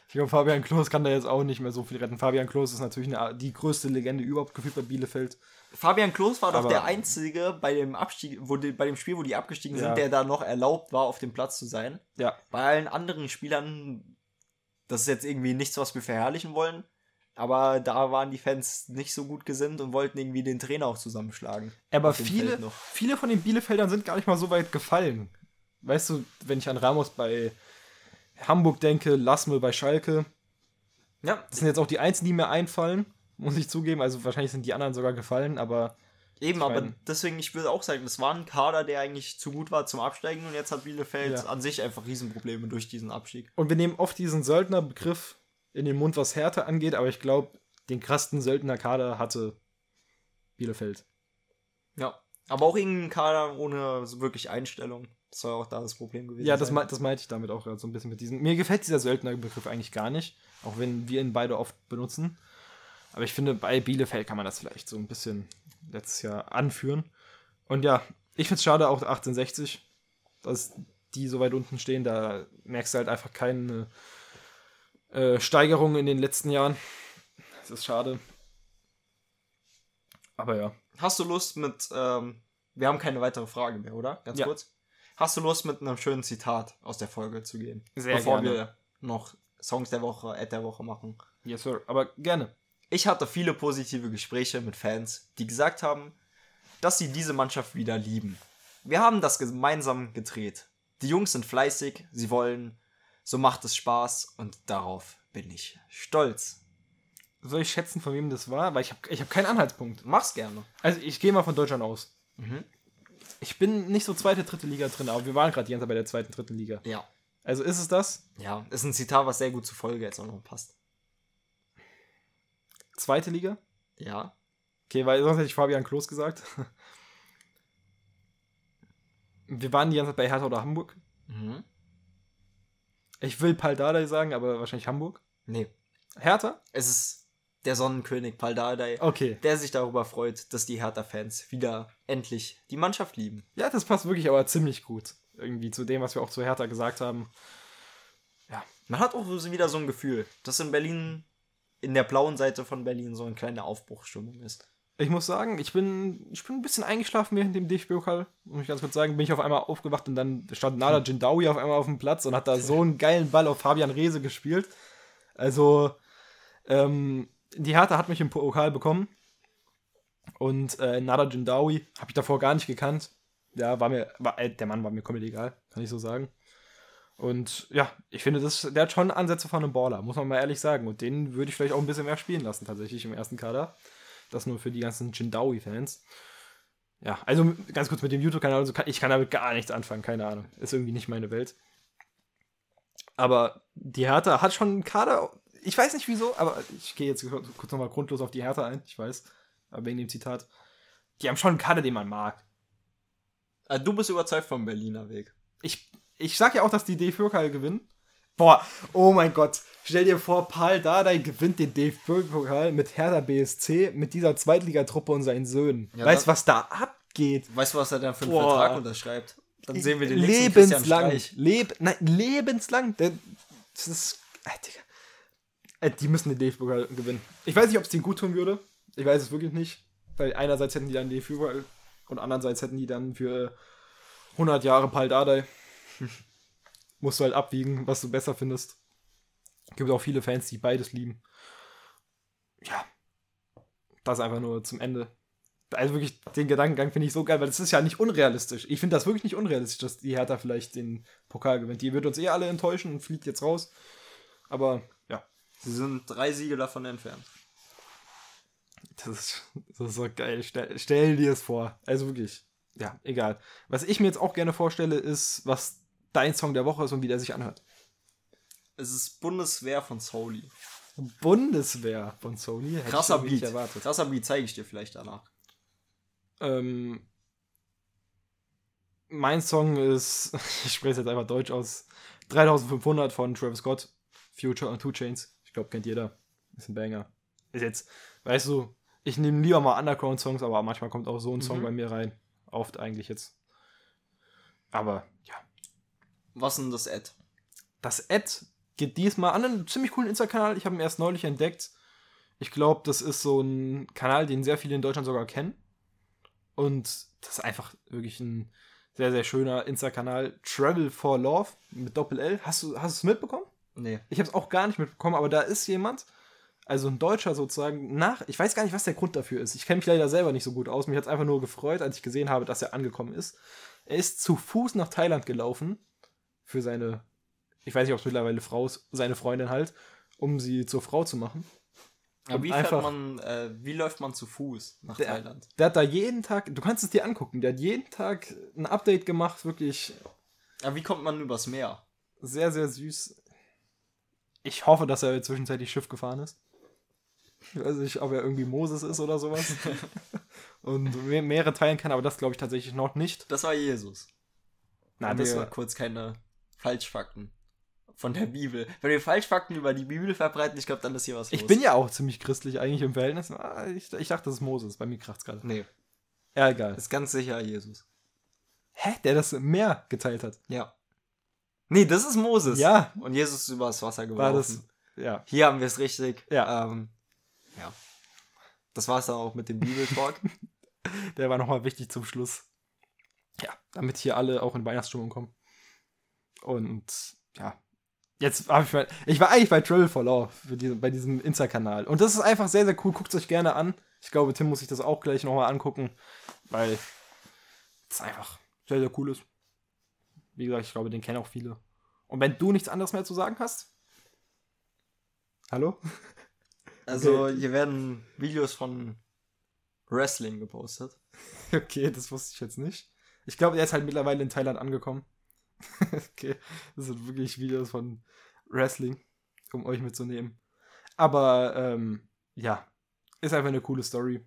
[SPEAKER 1] Ich glaube, Fabian Klos kann da jetzt auch nicht mehr so viel retten. Fabian Klos ist natürlich die größte Legende überhaupt gefühlt bei Bielefeld.
[SPEAKER 2] Fabian Klos war doch
[SPEAKER 1] Aber-
[SPEAKER 2] der Einzige bei dem Abstieg, bei dem Spiel, wo die abgestiegen
[SPEAKER 1] Ja.
[SPEAKER 2] sind, der da noch erlaubt war, auf dem Platz zu sein.
[SPEAKER 1] Ja.
[SPEAKER 2] Bei allen anderen Spielern, das ist jetzt irgendwie nichts, was wir verherrlichen wollen, aber da waren die Fans nicht so gut gesinnt und wollten irgendwie den Trainer auch zusammenschlagen.
[SPEAKER 1] Aber
[SPEAKER 2] Auf dem Feld noch.
[SPEAKER 1] viele von den Bielefeldern sind gar nicht mal so weit gefallen. Weißt du, wenn ich an Ramos bei Hamburg denke, Lassme bei Schalke,
[SPEAKER 2] Ja,
[SPEAKER 1] das sind jetzt auch die einzigen, die mir einfallen, muss ich zugeben. Also wahrscheinlich sind die anderen sogar gefallen, aber
[SPEAKER 2] eben,
[SPEAKER 1] Ich
[SPEAKER 2] aber
[SPEAKER 1] mein-
[SPEAKER 2] deswegen, ich würde auch sagen, das war ein Kader, der eigentlich zu gut war zum Absteigen und jetzt hat Bielefeld
[SPEAKER 1] Ja.
[SPEAKER 2] an sich einfach Riesenprobleme durch diesen Abstieg.
[SPEAKER 1] und wir nehmen oft diesen Söldnerbegriff in den Mund, was Härte angeht, aber ich glaube, den krassen Söldnerkader hatte Bielefeld.
[SPEAKER 2] Ja, aber auch irgendein Kader ohne so wirklich Einstellung. Das soll auch da das Problem gewesen
[SPEAKER 1] Ja, das,
[SPEAKER 2] sein.
[SPEAKER 1] das meinte ich damit auch gerade so ein bisschen mit diesem. Mir gefällt dieser Söldnerbegriff eigentlich gar nicht, auch wenn wir ihn beide oft benutzen. Aber ich finde, bei Bielefeld kann man das vielleicht so ein bisschen letztes Jahr anführen. Und ja, ich finde es schade, auch 1860, dass die so weit unten stehen. Da merkst du halt einfach keine Steigerung in den letzten Jahren. Das ist schade. Aber ja.
[SPEAKER 2] Hast du Lust mit, wir haben keine weitere Frage mehr, oder? Ganz
[SPEAKER 1] Ja.
[SPEAKER 2] kurz. Hast du Lust mit einem schönen Zitat aus der Folge zu gehen?
[SPEAKER 1] Sehr
[SPEAKER 2] Bevor
[SPEAKER 1] gerne.
[SPEAKER 2] wir noch Songs der Woche, Ad der Woche machen.
[SPEAKER 1] Yes, sir. Aber gerne.
[SPEAKER 2] Ich hatte viele positive Gespräche mit Fans, die gesagt haben, dass sie diese Mannschaft wieder lieben. Wir haben das gemeinsam gedreht. Die Jungs sind fleißig, sie wollen, so macht es Spaß und darauf bin ich stolz.
[SPEAKER 1] Soll ich schätzen, von wem das war? Weil ich hab keinen Anhaltspunkt.
[SPEAKER 2] Mach's gerne.
[SPEAKER 1] Also ich gehe mal von Deutschland aus.
[SPEAKER 2] Mhm.
[SPEAKER 1] Ich bin nicht so zweite, dritte Liga drin, aber wir waren gerade die ganze Zeit bei der zweiten, dritten Liga.
[SPEAKER 2] Ja.
[SPEAKER 1] Also ist es das?
[SPEAKER 2] Ja, ist ein Zitat, was sehr gut zur Folge jetzt auch noch passt.
[SPEAKER 1] Zweite Liga?
[SPEAKER 2] Ja.
[SPEAKER 1] Okay, weil sonst hätte ich Fabian Klos gesagt. Wir waren die ganze Zeit bei Hertha oder Hamburg.
[SPEAKER 2] Mhm.
[SPEAKER 1] Ich will Pal Dardai sagen, aber wahrscheinlich Hamburg.
[SPEAKER 2] Nee.
[SPEAKER 1] Hertha?
[SPEAKER 2] Es ist der Sonnenkönig Pal Dardai,
[SPEAKER 1] Okay.
[SPEAKER 2] der sich darüber freut, dass die Hertha-Fans wieder endlich die Mannschaft lieben.
[SPEAKER 1] Ja, das passt wirklich aber ziemlich gut. Irgendwie zu dem, was wir auch zu Hertha gesagt haben.
[SPEAKER 2] Man hat auch so wieder so ein Gefühl, dass in Berlin, in der blauen Seite von Berlin, so eine kleine Aufbruchsstimmung ist.
[SPEAKER 1] Ich muss sagen, ich bin ein bisschen eingeschlafen während dem DFB-Pokal. Muss ich ganz kurz sagen, bin ich auf einmal aufgewacht und dann stand Nada Jindawi auf einmal auf dem Platz und hat da so einen geilen Ball auf Fabian Reese gespielt. Also, die Hertha hat mich im Pokal bekommen. Und Nada Jindawi habe ich davor gar nicht gekannt. Ja, der Mann war mir komplett egal, kann ich so sagen. Und ja, ich finde, der hat schon Ansätze von einem Baller, muss man mal ehrlich sagen. Und den würde ich vielleicht auch ein bisschen mehr spielen lassen, tatsächlich im ersten Kader. Das nur für die ganzen Jindawi-Fans. Ja, also ganz kurz mit dem YouTube-Kanal, also ich kann damit gar nichts anfangen, keine Ahnung. Ist irgendwie nicht meine Welt. Aber die Hertha hat schon einen Kader, ich weiß nicht wieso, aber ich gehe jetzt kurz nochmal grundlos auf die Hertha ein, ich weiß, aber wegen dem Zitat. Die haben schon einen Kader, den man mag.
[SPEAKER 2] Also du bist überzeugt vom Berliner Weg.
[SPEAKER 1] Ich sag ja auch, dass die DFB-Pokal gewinnen. Boah, oh mein Gott. Stell dir vor, Pal Dardai gewinnt den DFB-Pokal mit Hertha BSC, mit dieser Zweitligatruppe und seinen Söhnen.
[SPEAKER 2] Ja,
[SPEAKER 1] weißt du, was da abgeht?
[SPEAKER 2] Weißt du, was er dann für einen
[SPEAKER 1] Boah.
[SPEAKER 2] Vertrag unterschreibt? Dann sehen wir den nächsten Christian
[SPEAKER 1] Lebenslang.
[SPEAKER 2] Streich.
[SPEAKER 1] Lebenslang. Das ist. Digga. Die müssen den DFB-Pokal gewinnen. Ich weiß nicht, ob es denen gut tun würde. Ich weiß es wirklich nicht. Weil einerseits hätten die dann den DFB-Pokal und andererseits hätten die dann für 100 Jahre Pal Dardai. Musst du halt abwiegen, was du besser findest. Gibt auch viele Fans, die beides lieben. Ja. Das einfach nur zum Ende. Also wirklich, den Gedankengang finde ich so geil, weil das ist ja nicht unrealistisch. Ich finde das wirklich nicht unrealistisch, dass die Hertha vielleicht den Pokal gewinnt. Die wird uns alle enttäuschen und fliegt jetzt raus. Aber, ja.
[SPEAKER 2] Sie sind 3 Siege davon entfernt.
[SPEAKER 1] Das ist so geil. Stell dir es vor. Also wirklich. Ja, egal. Was ich mir jetzt auch gerne vorstelle, ist, was dein Song der Woche ist und wie der sich anhört.
[SPEAKER 2] Es ist Bundeswehr von Soli.
[SPEAKER 1] Bundeswehr von Sony. Hätte
[SPEAKER 2] Krasser
[SPEAKER 1] ich nicht
[SPEAKER 2] Beat.
[SPEAKER 1] erwartet.
[SPEAKER 2] Krasser Beat zeige ich dir vielleicht danach.
[SPEAKER 1] Mein Song ist, ich spreche es jetzt einfach deutsch aus, 3500 von Travis Scott, Future und 2 Chainz. Ich glaube, kennt jeder. Ist ein Banger. Ist jetzt, weißt du, ich nehme lieber mal Underground-Songs, aber manchmal kommt auch so ein Song bei mir rein. Oft eigentlich jetzt. Aber, ja.
[SPEAKER 2] Was denn das Ad?
[SPEAKER 1] Das Ad, geht diesmal an einen ziemlich coolen Insta-Kanal. Ich habe ihn erst neulich entdeckt. Ich glaube, das ist so ein Kanal, den sehr viele in Deutschland sogar kennen. Und das ist einfach wirklich ein sehr, sehr schöner Insta-Kanal. Travel for Love mit Doppel-L. Hast du es mitbekommen?
[SPEAKER 2] Nee.
[SPEAKER 1] Ich habe es auch gar nicht mitbekommen, aber da ist jemand, also ein Deutscher sozusagen, ich weiß gar nicht, was der Grund dafür ist. Ich kenne mich leider selber nicht so gut aus. Mich hat es einfach nur gefreut, als ich gesehen habe, dass er angekommen ist. Er ist zu Fuß nach Thailand gelaufen für seine, ich weiß nicht, ob es mittlerweile Frau ist, seine Freundin halt, um sie zur Frau zu machen.
[SPEAKER 2] Aber wie läuft man zu Fuß nach Thailand?
[SPEAKER 1] Der hat da jeden Tag, du kannst es dir angucken, der hat jeden Tag ein Update gemacht, wirklich.
[SPEAKER 2] Aber wie kommt man übers Meer?
[SPEAKER 1] Sehr, sehr süß. Ich hoffe, dass er zwischenzeitlich Schiff gefahren ist. Ich weiß nicht, ob er irgendwie Moses ist oder sowas. Und Meere teilen kann, aber das glaube ich tatsächlich noch nicht.
[SPEAKER 2] Das war Jesus.
[SPEAKER 1] Na,
[SPEAKER 2] das war kurz keine Falschfakten von der Bibel. Wenn wir Falschfakten über die Bibel verbreiten, ich glaube, dann ist hier was los.
[SPEAKER 1] Ich bin ja auch ziemlich christlich eigentlich im Verhältnis. Ich dachte, das ist Moses. Bei mir kracht's gerade.
[SPEAKER 2] Nee.
[SPEAKER 1] Ja, egal.
[SPEAKER 2] Das ist ganz sicher Jesus.
[SPEAKER 1] Hä? Der das Meer geteilt hat?
[SPEAKER 2] Ja. Nee, das ist Moses.
[SPEAKER 1] Ja.
[SPEAKER 2] Und Jesus ist übers Wasser geworfen.
[SPEAKER 1] War das, ja.
[SPEAKER 2] Hier haben wir es richtig.
[SPEAKER 1] Ja.
[SPEAKER 2] Ja. Das war es dann auch mit dem Bibeltalk.
[SPEAKER 1] Der war nochmal wichtig zum Schluss. Ja, damit hier alle auch in Weihnachtsstimmung kommen. Und ja, jetzt habe ich war eigentlich bei Travel for Love bei diesem Insta-Kanal. Und das ist einfach sehr, sehr cool. Guckt es euch gerne an. Ich glaube, Tim muss sich das auch gleich nochmal angucken, weil es einfach sehr, sehr cool ist. Wie gesagt, ich glaube, den kennen auch viele. Und wenn du nichts anderes mehr zu sagen hast? Hallo?
[SPEAKER 2] Also,
[SPEAKER 1] Okay.
[SPEAKER 2] hier werden Videos von Wrestling gepostet.
[SPEAKER 1] Okay, das wusste ich jetzt nicht. Ich glaube, er ist halt mittlerweile in Thailand angekommen. Okay, das sind wirklich Videos von Wrestling, um euch mitzunehmen. Aber, ja, ist einfach eine coole Story.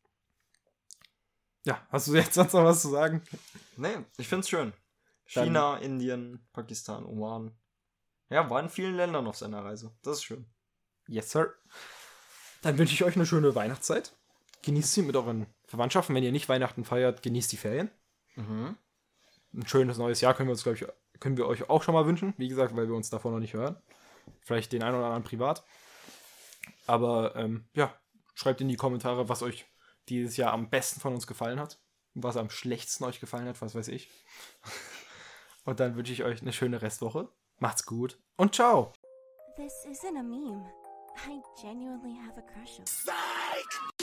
[SPEAKER 1] Ja, hast du jetzt sonst noch was zu sagen?
[SPEAKER 2] Nee, ich find's schön. China, Indien, Pakistan, Oman. Ja, war in vielen Ländern auf seiner Reise. Das ist schön.
[SPEAKER 1] Yes, sir. Dann wünsche ich euch eine schöne Weihnachtszeit. Genießt sie mit euren Verwandtschaften. Wenn ihr nicht Weihnachten feiert, genießt die Ferien.
[SPEAKER 2] Mhm.
[SPEAKER 1] Ein schönes neues Jahr können wir euch auch schon mal wünschen. Wie gesagt, weil wir uns davor noch nicht hören. Vielleicht den einen oder anderen privat. Aber ja, schreibt in die Kommentare, was euch dieses Jahr am besten von uns gefallen hat. Und was am schlechtesten euch gefallen hat, was weiß ich. Und dann wünsche ich euch eine schöne Restwoche. Macht's gut und ciao.
[SPEAKER 3] This isn't a meme. I genuinely have a crush on